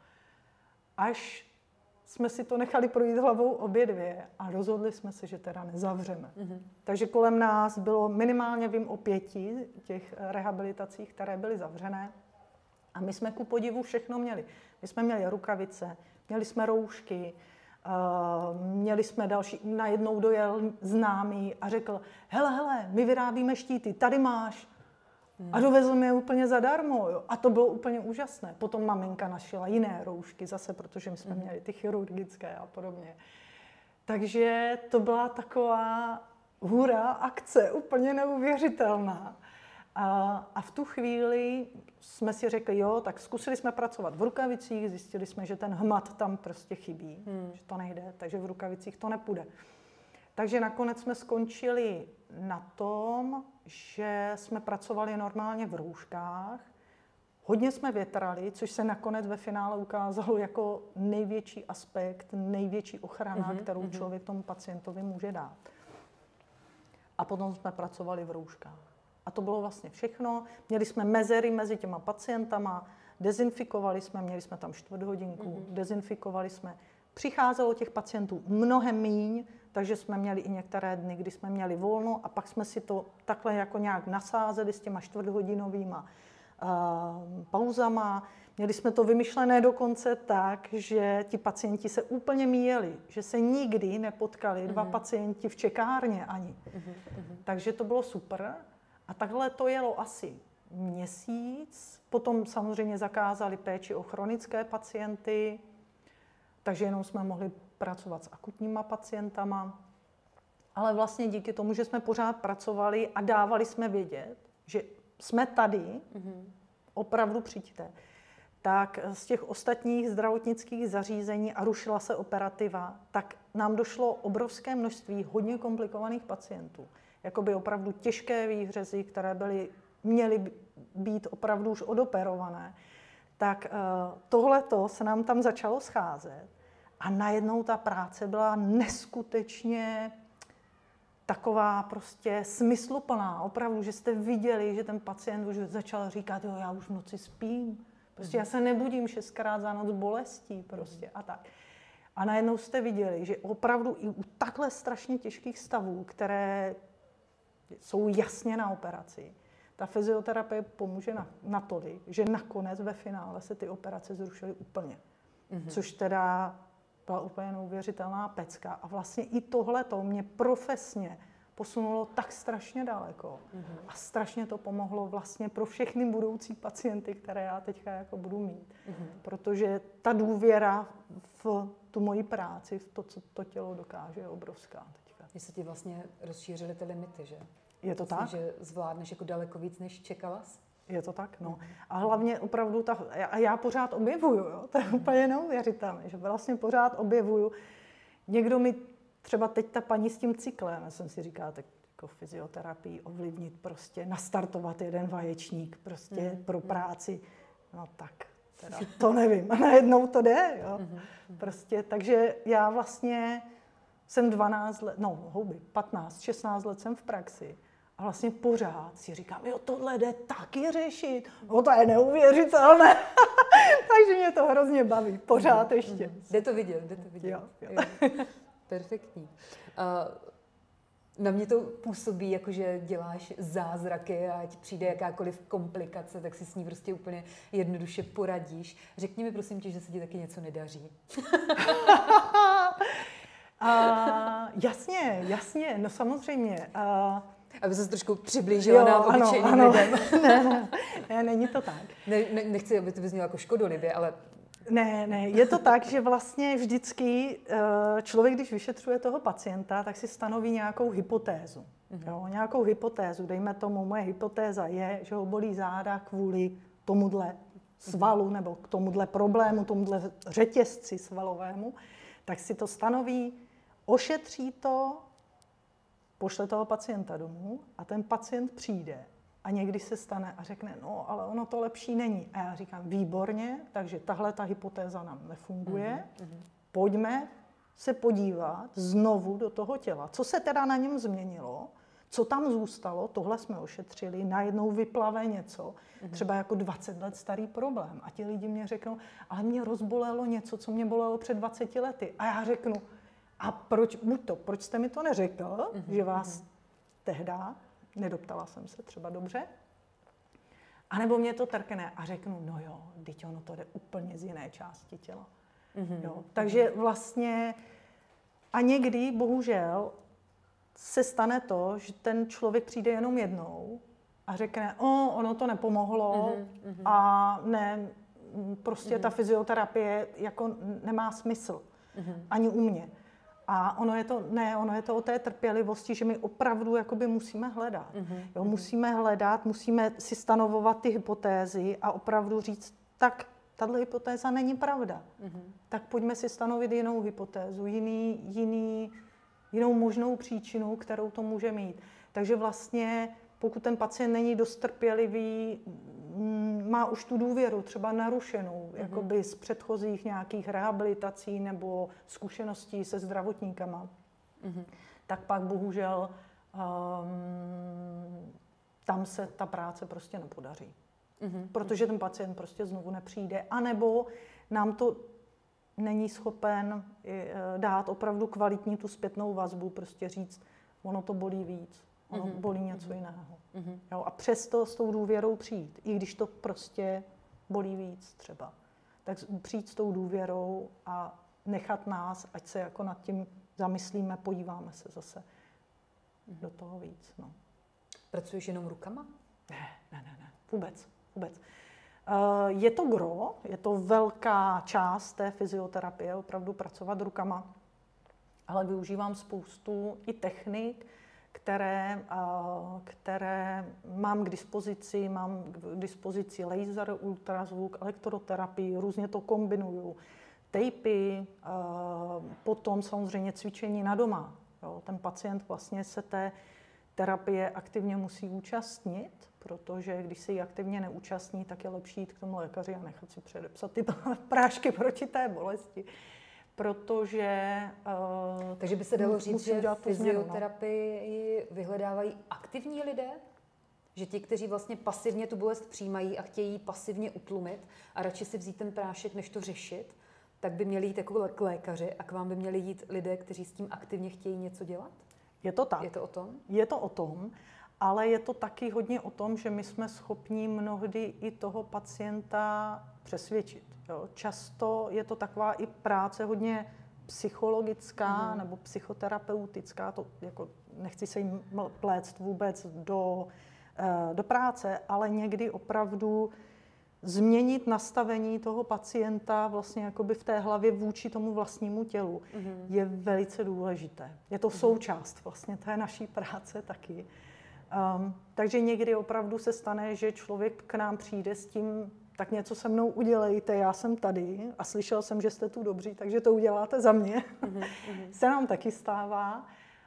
až jsme si to nechali projít hlavou obě dvě a rozhodli jsme se, že teda nezavřeme. Mm-hmm. Takže kolem nás bylo minimálně, vím o pěti těch rehabilitacích, které byly zavřené. A my jsme ku podivu všechno měli. My jsme měli rukavice, měli jsme roušky, uh, měli jsme další, najednou dojel známý a řekl, hele, hele, my vyrábíme štíty, tady máš. Hmm. A dovezl mě úplně zadarmo. Jo. A to bylo úplně úžasné. Potom maminka našila jiné roušky zase, protože my jsme hmm. měli ty chirurgické a podobně. Takže to byla taková hurá akce, úplně neuvěřitelná. A, a v tu chvíli jsme si řekli, jo, tak zkusili jsme pracovat v rukavicích, zjistili jsme, že ten hmat tam prostě chybí, hmm. že to nejde, takže v rukavicích to nepůjde. Takže nakonec jsme skončili na tom, že jsme pracovali normálně v rouškách. Hodně jsme větrali, což se nakonec ve finále ukázalo jako největší aspekt, největší ochrana, mm-hmm, kterou mm-hmm. člověk tomu pacientovi může dát. A potom jsme pracovali v rouškách. A to bylo vlastně všechno. Měli jsme mezery mezi těma pacientama, dezinfikovali jsme, měli jsme tam čtvrt hodinku, mm-hmm. dezinfikovali jsme. Přicházelo těch pacientů mnohem míň, takže jsme měli i některé dny, kdy jsme měli volno a pak jsme si to takhle jako nějak nasázeli s těma čtvrthodinovýma uh, pauzama. Měli jsme to vymyšlené dokonce tak, že ti pacienti se úplně míjeli, že se nikdy nepotkali mm-hmm. dva pacienti v čekárně ani. Mm-hmm. Takže to bylo super a takhle to jelo asi měsíc. Potom samozřejmě zakázali péči o chronické pacienty, takže jenom jsme mohli pracovat s akutníma pacientama. Ale vlastně díky tomu, že jsme pořád pracovali a dávali jsme vědět, že jsme tady, mm-hmm. opravdu přijďte, tak z těch ostatních zdravotnických zařízení a rušila se operativa, tak nám došlo obrovské množství hodně komplikovaných pacientů. Jakoby opravdu těžké výhřezy, které byly, měly být opravdu už odoperované. Tak tohleto se nám tam začalo scházet a najednou ta práce byla neskutečně taková prostě smysluplná. Opravdu, že jste viděli, že ten pacient už začal říkat, jo, já už v noci spím. Prostě já se nebudím šestkrát za noc bolestí prostě a tak. A najednou jste viděli, že opravdu i u takhle strašně těžkých stavů, které jsou jasně na operaci, ta fyzioterapie pomůže na, natolik, že nakonec ve finále se ty operace zrušily úplně. Mm-hmm. Což teda byla úplně neuvěřitelná pecka. A vlastně i tohleto mě profesně posunulo tak strašně daleko. Mm-hmm. A strašně to pomohlo vlastně pro všechny budoucí pacienty, které já teďka jako budu mít. Mm-hmm. Protože ta důvěra v tu moji práci, v to, co to tělo dokáže, je obrovská teďka.
Že se ti vlastně rozšířily ty limity, že?
Je to
Myslím,
tak?
Že zvládneš jako daleko víc, než čekalas?
Je to tak, no. A hlavně opravdu, ta, a já pořád objevuju, jo, to je úplně neuvěřitelné, že vlastně pořád objevuju. Někdo mi, třeba teď ta paní s tím cyklem, já jsem si říkala, tak jako fyzioterapii ovlivnit prostě, nastartovat jeden vaječník prostě mm. pro práci, no tak, teda to nevím, a najednou to jde, jo. Mm. Prostě, takže já vlastně jsem dvanáct let, no houby, patnáct, šestnáct let jsem v praxi. A vlastně pořád si říkám, jo, tohle jde taky řešit. No to je neuvěřitelné. Takže mě to hrozně baví. Pořád ještě.
Jde to vidět, jde to vidět.
Jo, jo.
Jo. Perfektní. Uh, na mě to působí, jako že děláš zázraky a ať přijde jakákoliv komplikace, tak si s ní prostě úplně jednoduše poradíš. Řekni mi prosím tě, že se ti taky něco nedaří.
uh, jasně, jasně, no samozřejmě. Uh,
Aby se trošku přiblížila nám obyčejným lidem.
ne, ne, ne, není to tak.
Ne, ne, nechci, aby to vyznělo jako škodolibě, ale...
Ne, ne, je to tak, že vlastně vždycky člověk, když vyšetřuje toho pacienta, tak si stanoví nějakou hypotézu. Mm-hmm. Jo, nějakou hypotézu, dejme tomu, moje hypotéza je, že ho bolí záda kvůli tomuhle svalu nebo k tomuhle problému, tomuhle řetězci svalovému, tak si to stanoví, ošetří to, pošle toho pacienta domů a ten pacient přijde a někdy se stane a řekne, no, ale ono to lepší není. A já říkám, výborně, takže tahle ta hypotéza nám nefunguje, mm-hmm. pojďme se podívat znovu do toho těla. Co se teda na něm změnilo, co tam zůstalo, tohle jsme ošetřili, najednou vyplave něco, mm-hmm. třeba jako dvacet let starý problém. A ti lidi mě řeknou, ale mě rozbolelo něco, co mě bolelo před dvaceti lety. A já řeknu, a proč, buď to, proč jste mi to neřekl, mm-hmm. že vás tehda, nedoptala jsem se třeba dobře, anebo mě to trkne a řeknu, no jo, teď ono to jde úplně z jiné části těla. Mm-hmm. Jo, takže vlastně a někdy, bohužel, se stane to, že ten člověk přijde jenom jednou a řekne, o, ono to nepomohlo mm-hmm. a ne, prostě mm-hmm. ta fyzioterapie jako nemá smysl. Mm-hmm. Ani u mě. A ono je to, ne, ono je to o té trpělivosti, že my opravdu jakoby musíme hledat. Mm-hmm. Jo, musíme hledat, musíme si stanovovat ty hypotézy a opravdu říct, tak tato hypotéza není pravda. Mm-hmm. Tak pojďme si stanovit jinou hypotézu, jiný, jiný, jinou možnou příčinu, kterou to může mít. Takže vlastně, pokud ten pacient není dost trpělivý, má už tu důvěru třeba narušenou, mm-hmm. jakoby z předchozích nějakých rehabilitací nebo zkušeností se zdravotníkama, mm-hmm. tak pak bohužel um, tam se ta práce prostě nepodaří. Mm-hmm. Protože ten pacient prostě znovu nepřijde, anebo nám to není schopen dát opravdu kvalitní tu zpětnou vazbu, prostě říct, ono to bolí víc, ono mm-hmm. bolí něco mm-hmm. jiného. Mm-hmm. Jo, a přesto s tou důvěrou přijít, i když to prostě bolí víc třeba. Tak přijít s tou důvěrou a nechat nás, ať se jako nad tím zamyslíme, podíváme se zase mm-hmm. do toho víc. No.
Pracuješ jenom rukama?
Ne. ne, ne, ne, vůbec, vůbec. Je to gro, je to velká část té fyzioterapie, opravdu pracovat rukama, ale využívám spoustu i technik, které, které mám k dispozici, mám k dispozici laser, ultrazvuk, elektroterapii, různě to kombinuju. Tejpy, potom samozřejmě cvičení na doma. Jo, ten pacient vlastně se té terapie aktivně musí účastnit, protože když se jí aktivně neúčastní, tak je lepší jít k tomu lékaři a nechat si předepsat ty prášky proti té bolesti. Protože...
Uh, Takže by se dalo říct, že fyzioterapii no. vyhledávají aktivní lidé? Že ti, kteří vlastně pasivně tu bolest přijímají a chtějí pasivně utlumit a radši si vzít ten prášek, než to řešit, tak by měli jít jako k lékaři a k vám by měli jít lidé, kteří s tím aktivně chtějí něco dělat?
Je to tak.
Je to o tom?
Je to o tom, ale je to taky hodně o tom, že my jsme schopni mnohdy i toho pacienta přesvědčit. Jo. Často je to taková i práce hodně psychologická mm. nebo psychoterapeutická, to jako nechci se jim pléct vůbec do, do práce, ale někdy opravdu změnit nastavení toho pacienta vlastně jakoby v té hlavě vůči tomu vlastnímu tělu mm. je velice důležité. Je to mm. součást vlastně té naší práce taky. Um, takže někdy opravdu se stane, že člověk k nám přijde s tím, tak něco se mnou udělejte, já jsem tady a slyšel jsem, že jste tu dobří, takže to uděláte za mě. Mm-hmm. Se nám taky stává.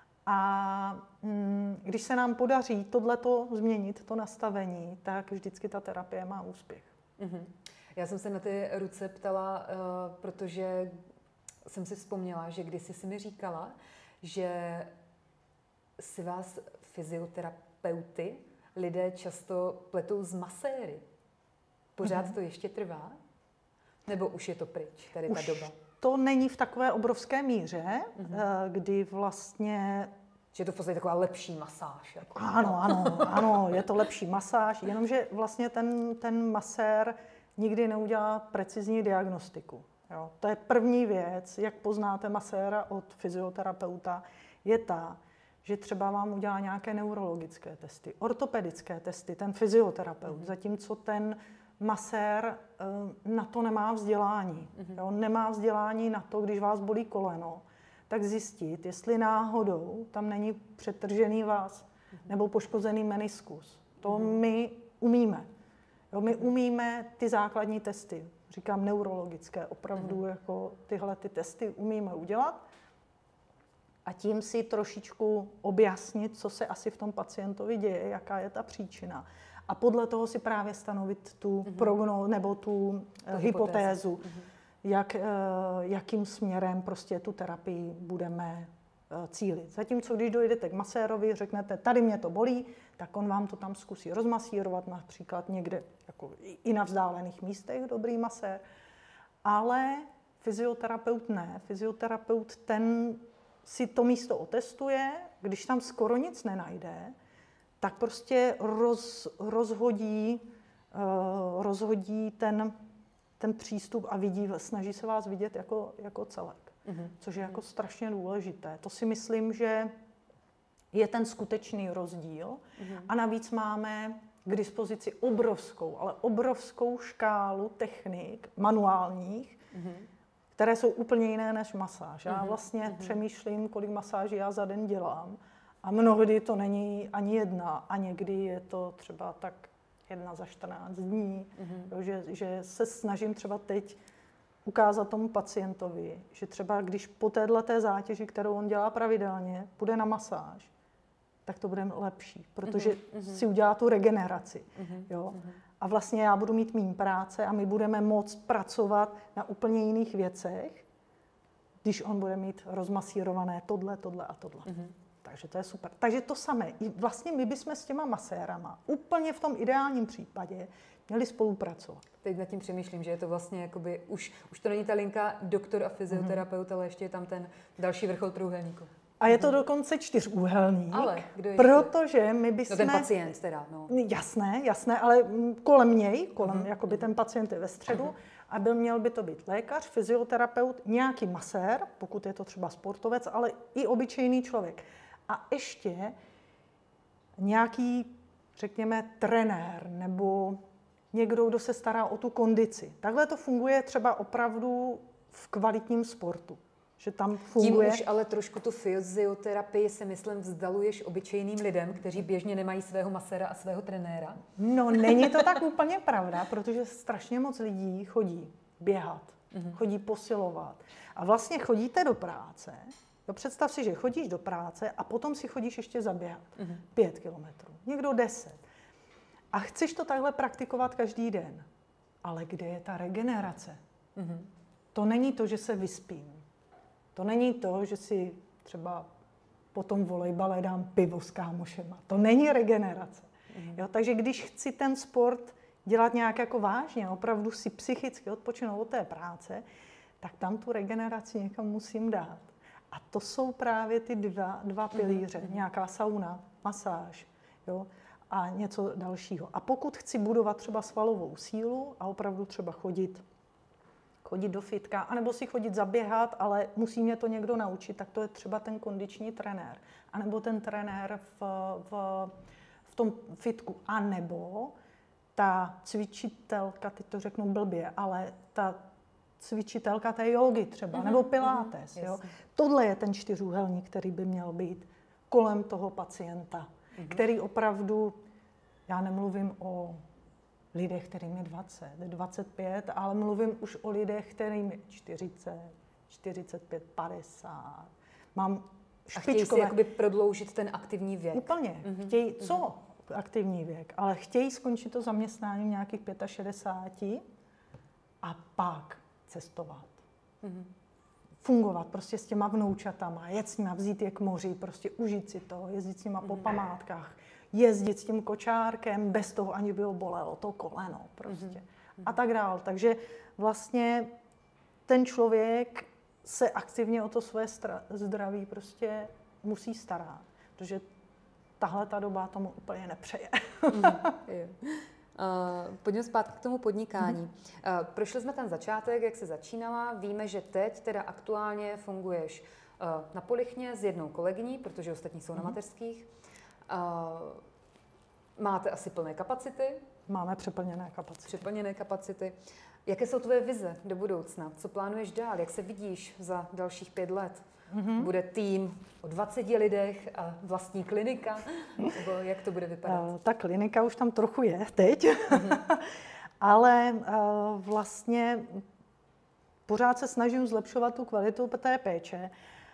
A mm, když se nám podaří tohleto změnit, to nastavení, tak vždycky ta terapie má úspěch.
Mm-hmm. Já jsem se na ty ruce ptala, uh, protože jsem si vzpomněla, že kdysi si mi říkala, že si vás fyzioterapeuty lidé často pletou z maséry. Pořád mm-hmm. to ještě trvá? Nebo už je to pryč, tady ta
už
doba?
To není v takové obrovské míře, mm-hmm. kdy vlastně...
Že je to v podstatě taková lepší masáž. Jako.
Ano, ano, ano, je to lepší masáž, jenomže vlastně ten, ten masér nikdy neudělá precizní diagnostiku. Jo. To je první věc, jak poznáte maséra od fyzioterapeuta, je ta, že třeba vám udělá nějaké neurologické testy, ortopedické testy, ten fyzioterapeut, mm-hmm. zatímco ten masér na to nemá vzdělání. Mm-hmm. Jo? Nemá vzdělání na to, když vás bolí koleno, tak zjistit, jestli náhodou tam není přetržený vaz mm-hmm. nebo poškozený meniskus. To mm-hmm. my umíme. Jo? My umíme ty základní testy, říkám neurologické, opravdu mm-hmm. jako tyhle ty testy umíme udělat a tím si trošičku objasnit, co se asi v tom pacientovi děje, jaká je ta příčina. A podle toho si právě stanovit tu mm-hmm. progno, nebo tu to hypotézu, mm-hmm. jak, jakým směrem prostě tu terapii budeme cílit. Zatímco když dojdete k masérovi, řeknete, tady mě to bolí, tak on vám to tam zkusí rozmasírovat, například někde jako i na vzdálených místech, dobrý masér. Ale fyzioterapeut ne. Fyzioterapeut ten si to místo otestuje, když tam skoro nic nenajde, tak prostě roz, rozhodí, uh, rozhodí ten, ten přístup a vidí, snaží se vás vidět jako, jako celek, mm-hmm. což je jako strašně důležité. To si myslím, že je ten skutečný rozdíl mm-hmm. a navíc máme k dispozici obrovskou, ale obrovskou škálu technik manuálních, mm-hmm. které jsou úplně jiné než masáž. Já vlastně mm-hmm. přemýšlím, kolik masáží já za den dělám. A mnohdy to není ani jedna, a někdy je to třeba tak jedna za čtrnáct dní, mm-hmm. jo, že, že se snažím třeba teď ukázat tomu pacientovi, že třeba když po téhleté zátěži, kterou on dělá pravidelně, půjde na masáž, tak to bude lepší, protože mm-hmm. si udělá tu regeneraci. Mm-hmm. Jo. Mm-hmm. A vlastně já budu mít méně práce a my budeme moct pracovat na úplně jiných věcech, když on bude mít rozmasírované tohle, tohle a tohle. Mm-hmm. Takže to je super. Takže to samé. I vlastně my bychom s těma masérama úplně v tom ideálním případě měli spolupracovat.
Teď nad tím přemýšlím, že je to vlastně jakoby, už, už to není ta linka doktor a fyzioterapeut, mm-hmm. ale ještě je tam ten další vrchol trojúhelníku.
A je to dokonce čtyřúhelník,
ale kdo je
protože my bychom...
No ten pacient teda, no.
Jasné, jasné, ale kolem něj, kolem, mm-hmm. jakoby ten pacient je ve středu, mm-hmm. a byl, měl by to být lékař, fyzioterapeut, nějaký masér, pokud je to třeba sportovec, ale i obyčejný člověk. A ještě nějaký, řekněme, trenér nebo někdo, kdo se stará o tu kondici. Takhle to funguje třeba opravdu v kvalitním sportu. Že tam funguje...
Tím už ale trošku tu fyzioterapii si myslím vzdaluješ obyčejným lidem, kteří běžně nemají svého maséra a svého trenéra.
No, není to tak úplně pravda, protože strašně moc lidí chodí běhat, mm-hmm. chodí posilovat. A vlastně chodíte do práce, jo, představ si, že chodíš do práce a potom si chodíš ještě zaběhat. Mm-hmm. Pět kilometrů, někdo deset. A chceš to takhle praktikovat každý den. Ale kde je ta regenerace? Mm-hmm. To není to, že se vyspím. To není to, že si třeba po tom volejbale dám pivo s kámošema. To není regenerace. Mm. Jo, takže když chci ten sport dělat nějak jako vážně, opravdu si psychicky odpočinout od té práce, tak tam tu regeneraci někam musím dát. A to jsou právě ty dva, dva pilíře. Mm. Nějaká sauna, masáž, jo, a něco dalšího. A pokud chci budovat třeba svalovou sílu a opravdu třeba chodit chodit do fitka, anebo si chodit zaběhat, ale musí mě to někdo naučit, tak to je třeba ten kondiční trenér. A nebo ten trenér v, v, v tom fitku. A nebo ta cvičitelka, teď to řeknu blbě, ale ta cvičitelka té jógy třeba, mm-hmm, nebo pilates. Mm-hmm, jo? Tohle je ten čtyřúhelník, který by měl být kolem toho pacienta, mm-hmm. který opravdu, já nemluvím o lidech, kterým je dvacet, dvacet pět, ale mluvím už o lidech, kterým je čtyřicet, čtyřicet pět, padesát. Mám špičkové...
A chtějí si jakoby prodloužit ten aktivní věk.
Úplně. Mm-hmm. Chtějí, co mm-hmm. aktivní věk, ale chtějí skončit to zaměstnání nějakých šedesát pět a pak cestovat. Mm-hmm. Fungovat prostě s těma vnoučatama, jet s nima, vzít je k moři, prostě užít si to, jezdit s nima po mm-hmm. památkách, jezdit s tím kočárkem, bez toho ani by ho bolelo to koleno prostě. Mm-hmm. A tak dál. Takže vlastně ten člověk se aktivně o to své stra- zdraví prostě musí starat, protože tahle ta doba tomu úplně nepřeje.
Mm-hmm. Uh, pojďme zpátky k tomu podnikání. Mm-hmm. Uh, prošli jsme ten začátek, jak jsi začínala. Víme, že teď teda aktuálně funguješ uh, na Polichně s jednou kolegyní, protože ostatní jsou mm-hmm. na mateřských. Uh, máte asi plné kapacity?
Máme přeplněné kapacity.
Přeplněné kapacity. Jaké jsou tvoje vize do budoucna? Co plánuješ dál? Jak se vidíš za dalších pět let? Mm-hmm. Bude tým o dvaceti lidech a vlastní klinika? Nebo jak to bude vypadat?
Uh, ta klinika už tam trochu je teď, mm-hmm. ale uh, vlastně pořád se snažím zlepšovat tu kvalitu té péče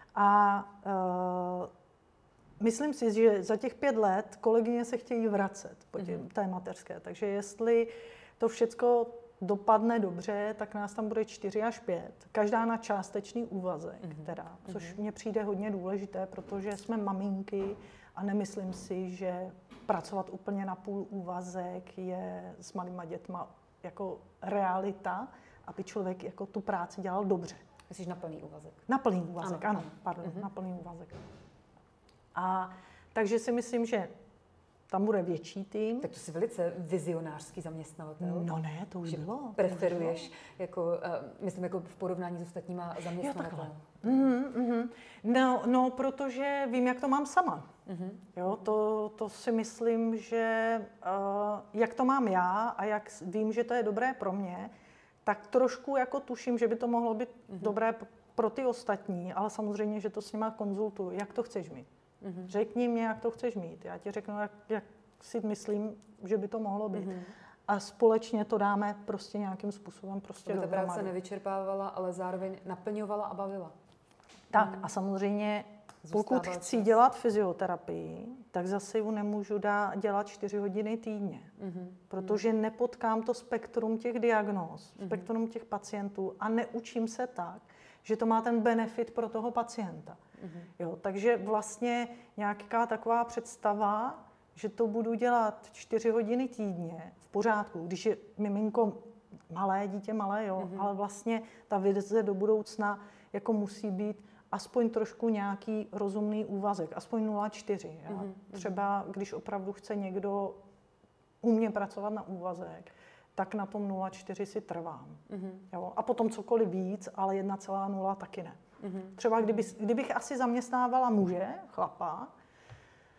a uh, myslím si, že za těch pět let kolegyně se chtějí vracet po tě, mm-hmm. té mateřské, takže jestli to všecko dopadne dobře, tak nás tam bude čtyři až pět. Každá na částečný úvazek, mm-hmm. teda, což mně přijde hodně důležité, protože jsme maminky a nemyslím si, že pracovat úplně na půl úvazek je s malýma dětma jako realita, aby člověk jako tu práci dělal dobře.
Myslíš na plný úvazek?
Na plný úvazek, ano, ano pardon, mm-hmm. na plný úvazek. A takže si myslím, že tam bude větší tým.
Tak to jsi velice vizionářský zaměstnavatel.
No ne, to už bylo.
Preferuješ, už bylo. Jako, uh, myslím, jako v porovnání s ostatníma zaměstnavateli.
Mm-hmm, mm-hmm. No, no, protože vím, jak to mám sama. Mm-hmm. Jo, to, to si myslím, že uh, jak to mám já a jak vím, že to je dobré pro mě, tak trošku jako tuším, že by to mohlo být mm-hmm. dobré pro ty ostatní, ale samozřejmě, že to s nima konzultuju. Jak to chceš mít? Mm-hmm. Řekni mi, jak to chceš mít. Já ti řeknu, jak, jak si myslím, že by to mohlo být. Mm-hmm. A společně to dáme prostě nějakým způsobem prostě
aby ta práce nevyčerpávala, ale zároveň naplňovala a bavila.
Tak mm-hmm. a samozřejmě, pokud Zůstává chci čas. dělat fyzioterapii, tak zase ji nemůžu dá, dělat čtyři hodiny týdně. Mm-hmm. Protože nepotkám to spektrum těch diagnóz, mm-hmm. spektrum těch pacientů a neučím se tak, že to má ten benefit pro toho pacienta. Mm-hmm. Jo, takže vlastně nějaká taková představa, že to budu dělat čtyři hodiny týdně v pořádku, když je miminko malé, dítě malé, jo, mm-hmm. ale vlastně ta vize do budoucna jako musí být aspoň trošku nějaký rozumný úvazek, aspoň nula celá čtyři. Mm-hmm. Třeba když opravdu chce někdo u mě pracovat na úvazek, tak na tom nula celá čtyři si trvám. Mm-hmm. Jo? A potom cokoliv víc, ale jedna celá nula taky ne. Mm-hmm. Třeba kdyby, kdybych asi zaměstnávala muže, chlapa,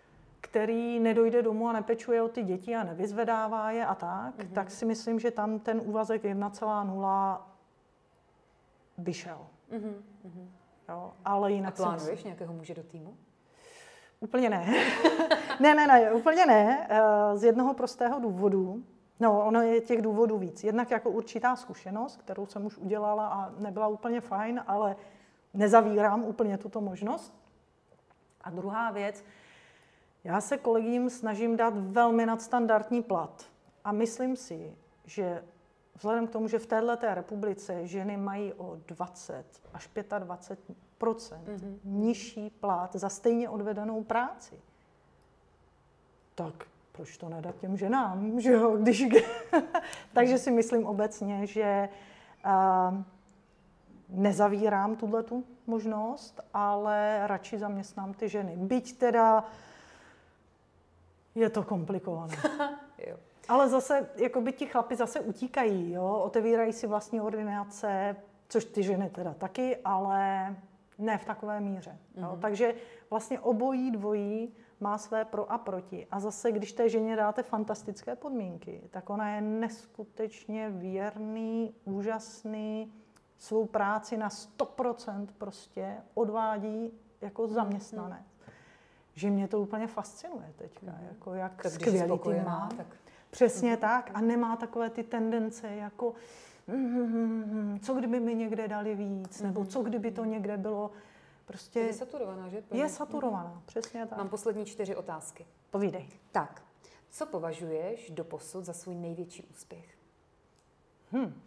který nedojde domů a nepečuje o ty děti a nevyzvedává je a tak, mm-hmm. tak si myslím, že tam ten úvazek jedna celá nula by šel. Mm-hmm. Jo, ale jinak
a plánuješ nějakého muže do týmu?
Úplně ne. ne, ne, ne, úplně ne. Z jednoho prostého důvodu. No, ono je těch důvodů víc. Jednak jako určitá zkušenost, kterou jsem už udělala a nebyla úplně fajn, ale nezavírám úplně tuto možnost. A druhá věc, já se kolegům snažím dát velmi nadstandardní plat. A myslím si, že vzhledem k tomu, že v této republice ženy mají o dvacet až dvacet pět procent mm-hmm. nižší plat za stejně odvedenou práci, tak proč to nedat těm ženám, že jo? Když... Takže si myslím obecně, že uh, nezavírám tuhletu možnost, ale radši zaměstnám ty ženy. Byť teda je to komplikované.
Jo.
Ale zase, jakoby ti chlapi zase utíkají, jo? Otevírají si vlastní ordinace, což ty ženy teda taky, ale ne v takové míře. Mm-hmm. Jo? Takže vlastně obojí dvojí má své pro a proti. A zase, když té ženě dáte fantastické podmínky, tak ona je neskutečně věrný, úžasný, svou práci na sto procent prostě odvádí jako zaměstnanec. Mm-hmm. Že mě to úplně fascinuje teďka, mm-hmm. jako jak tak skvělý tým má. Tak... Přesně mm-hmm. tak a nemá takové ty tendence jako mm, co kdyby mi někde dali víc, mm-hmm. nebo co kdyby to někde bylo prostě...
Je saturovaná, že?
Je saturovaná, mm-hmm. přesně tak.
Mám poslední čtyři otázky.
Povídej.
Tak, co považuješ doposud za svůj největší úspěch?
Hmm.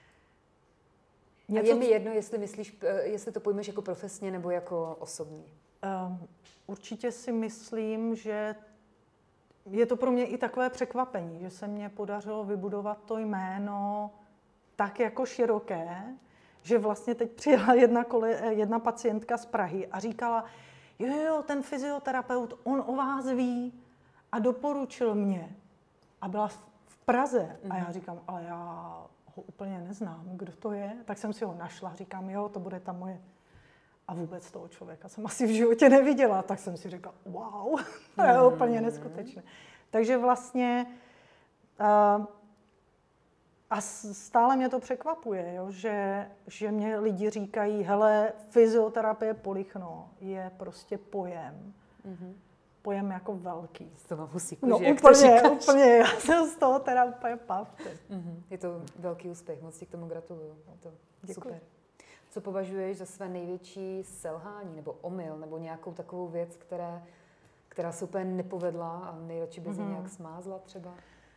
A je mi jedno, jestli myslíš, jestli to pojmeš jako profesně nebo jako osobní.
Um, určitě si myslím, že je to pro mě i takové překvapení, že se mně podařilo vybudovat to jméno tak jako široké, že vlastně teď přijela jedna, kole, jedna pacientka z Prahy a říkala, jo, jo, ten fyzioterapeut, on o vás ví a doporučil mě. A byla v, v Praze. Mm-hmm. A já říkám, ale já ho úplně neznám, kdo to je. Tak jsem si ho našla, říkám, jo, to bude ta moje. A vůbec toho člověka jsem asi v životě neviděla, tak jsem si řekla, wow, to je mm. úplně neskutečné. Takže vlastně uh, a stále mě to překvapuje, jo, že, že mě lidi říkají, hele, fyzioterapie Polichno je prostě pojem. Mm-hmm. Pojem jako velký.
Z toho husíku,
no,
že, jak
úplně,
to
úplně, já jsem z toho teda úplně pav.
Mm-hmm. Je to velký úspěch, moc ti k tomu gratuluju, je to
Děkuji.
Super. Co považuješ za své největší selhání nebo omyl, nebo nějakou takovou věc, které, která se úplně nepovedla a nejradši by mm-hmm. nějak smázla třeba?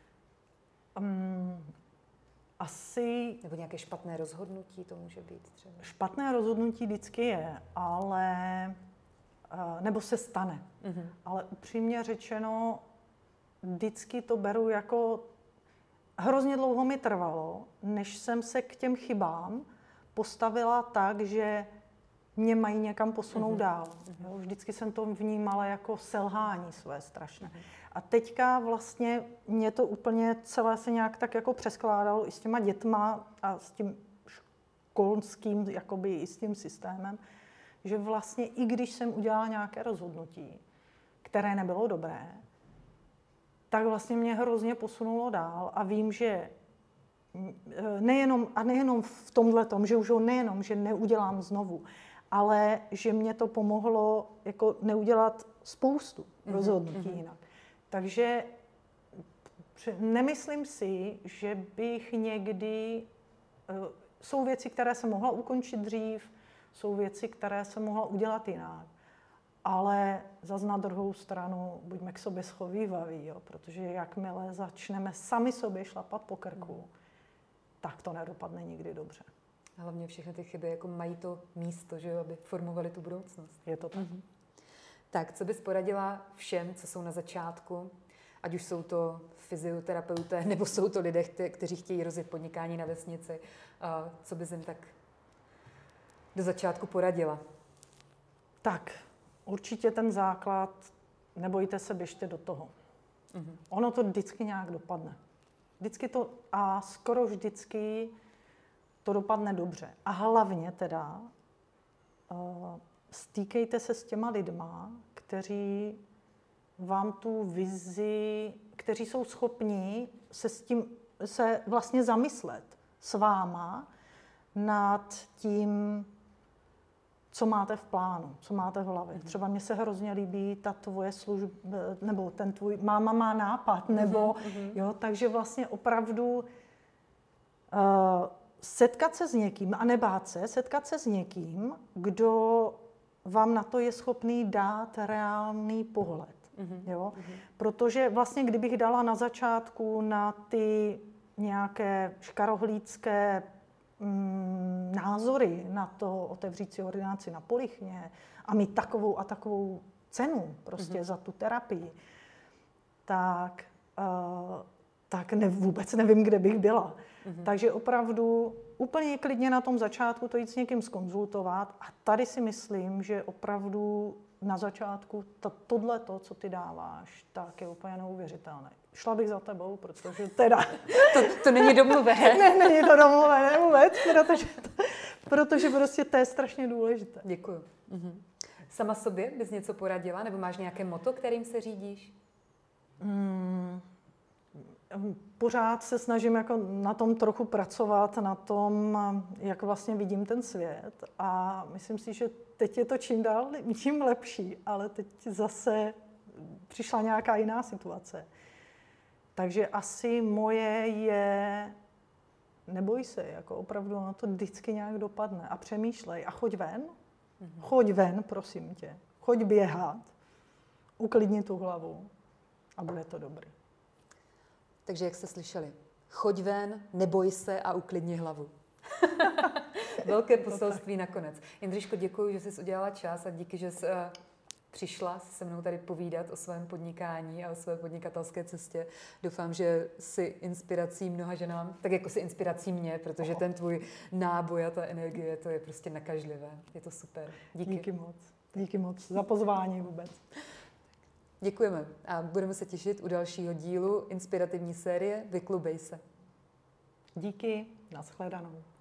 Um, asi...
Nebo nějaké špatné rozhodnutí to může být třeba?
Špatné rozhodnutí vždycky je, ale... Uh, nebo se stane. Mm-hmm. Ale upřímně řečeno, vždycky to beru jako... Hrozně dlouho mi trvalo, než jsem se k těm chybám postavila tak, že mě mají někam posunout mm-hmm. dál. Jo, vždycky jsem to vnímala jako selhání své strašné. Mm-hmm. A teďka vlastně mě to úplně celé se nějak tak jako přeskládalo i s těma dětma a s tím školským, jakoby i s tím systémem, že vlastně i když jsem udělala nějaké rozhodnutí, které nebylo dobré, tak vlastně mě hrozně posunulo dál a vím, že nejenom, a nejenom v tomhletom, že už ho nejenom, že neudělám znovu, ale že mě to pomohlo jako neudělat spoustu mm-hmm. rozhodnutí mm-hmm. jinak. Takže nemyslím si, že bych někdy... Jsou věci, které jsem mohla ukončit dřív, jsou věci, které jsem mohla udělat jinak. Ale zas na druhou stranu buďme k sobě schovývaví, jo? Protože jakmile začneme sami sobě šlapat po krku, mm. tak to nedopadne nikdy dobře.
A hlavně všechny ty chyby jako mají to místo, že jo, aby formovali tu budoucnost.
Je to tak.
Mm-hmm. Tak, co bys poradila všem, co jsou na začátku, ať už jsou to fyzioterapeuté, nebo jsou to lidé, kteří chtějí rozjet podnikání na vesnici, a co bys jim tak do začátku poradila?
Tak, určitě ten základ, nebojte se, běžte do toho. Mm-hmm. Ono to vždycky nějak dopadne. Vždycky to, a skoro vždycky to dopadne dobře. A hlavně teda uh, stýkejte se s těma lidma, kteří vám tu vizi, kteří jsou schopní se s tím, se vlastně zamyslet s váma nad tím, co máte v plánu, co máte v hlavě. Mm-hmm. Třeba mně se hrozně líbí ta tvoje služba, nebo ten tvůj máma má nápad, nebo mm-hmm. jo, takže vlastně opravdu uh, setkat se s někým a nebát se, setkat se s někým, kdo vám na to je schopný dát reálný pohled. Mm-hmm. Jo? Mm-hmm. Protože vlastně, kdybych dala na začátku na ty nějaké škarohlídské mm, názory na to otevřít si ordinaci na Polichně a mít takovou a takovou cenu prostě mm-hmm. za tu terapii, tak, uh, tak ne, vůbec nevím, kde bych byla. Mm-hmm. Takže opravdu úplně klidně na tom začátku to jít s někým zkonzultovat a tady si myslím, že opravdu na začátku to, tohle to, co ty dáváš, tak je úplně neuvěřitelné. Šla bych za tebou, protože teda...
to, to není domluvené.
ne, není to domluvené vůbec, protože, to, protože prostě to je strašně důležité.
Děkuju. Mhm. Sama sobě bys něco poradila, nebo máš nějaké motto, kterým se řídíš?
Hmm. Pořád se snažím jako na tom trochu pracovat, na tom, jak vlastně vidím ten svět a myslím si, že teď je to čím dál čím lepší, ale teď zase přišla nějaká jiná situace. Takže asi moje je, neboj se, jako opravdu ono to vždycky nějak dopadne a přemýšlej a choď ven, mm-hmm. choď ven, prosím tě, choď běhat, uklidni tu hlavu a bude to dobrý.
Takže jak jste slyšeli, choď ven, neboj se a uklidni hlavu. Velké poselství nakonec. Jindřiško, děkuji, že jsi udělala čas a díky, že jsi uh, přišla se mnou tady povídat o svém podnikání a o své podnikatelské cestě. Doufám, že jsi inspirací mnoha ženám, tak jako jsi inspirací mě, protože ten tvůj náboj a ta energie, to je prostě nakažlivé. Je to super. Díky.
Díky moc. Díky moc za pozvání vůbec.
Děkujeme a budeme se těšit u dalšího dílu inspirativní série Vyklubej se.
Díky, nashledanou.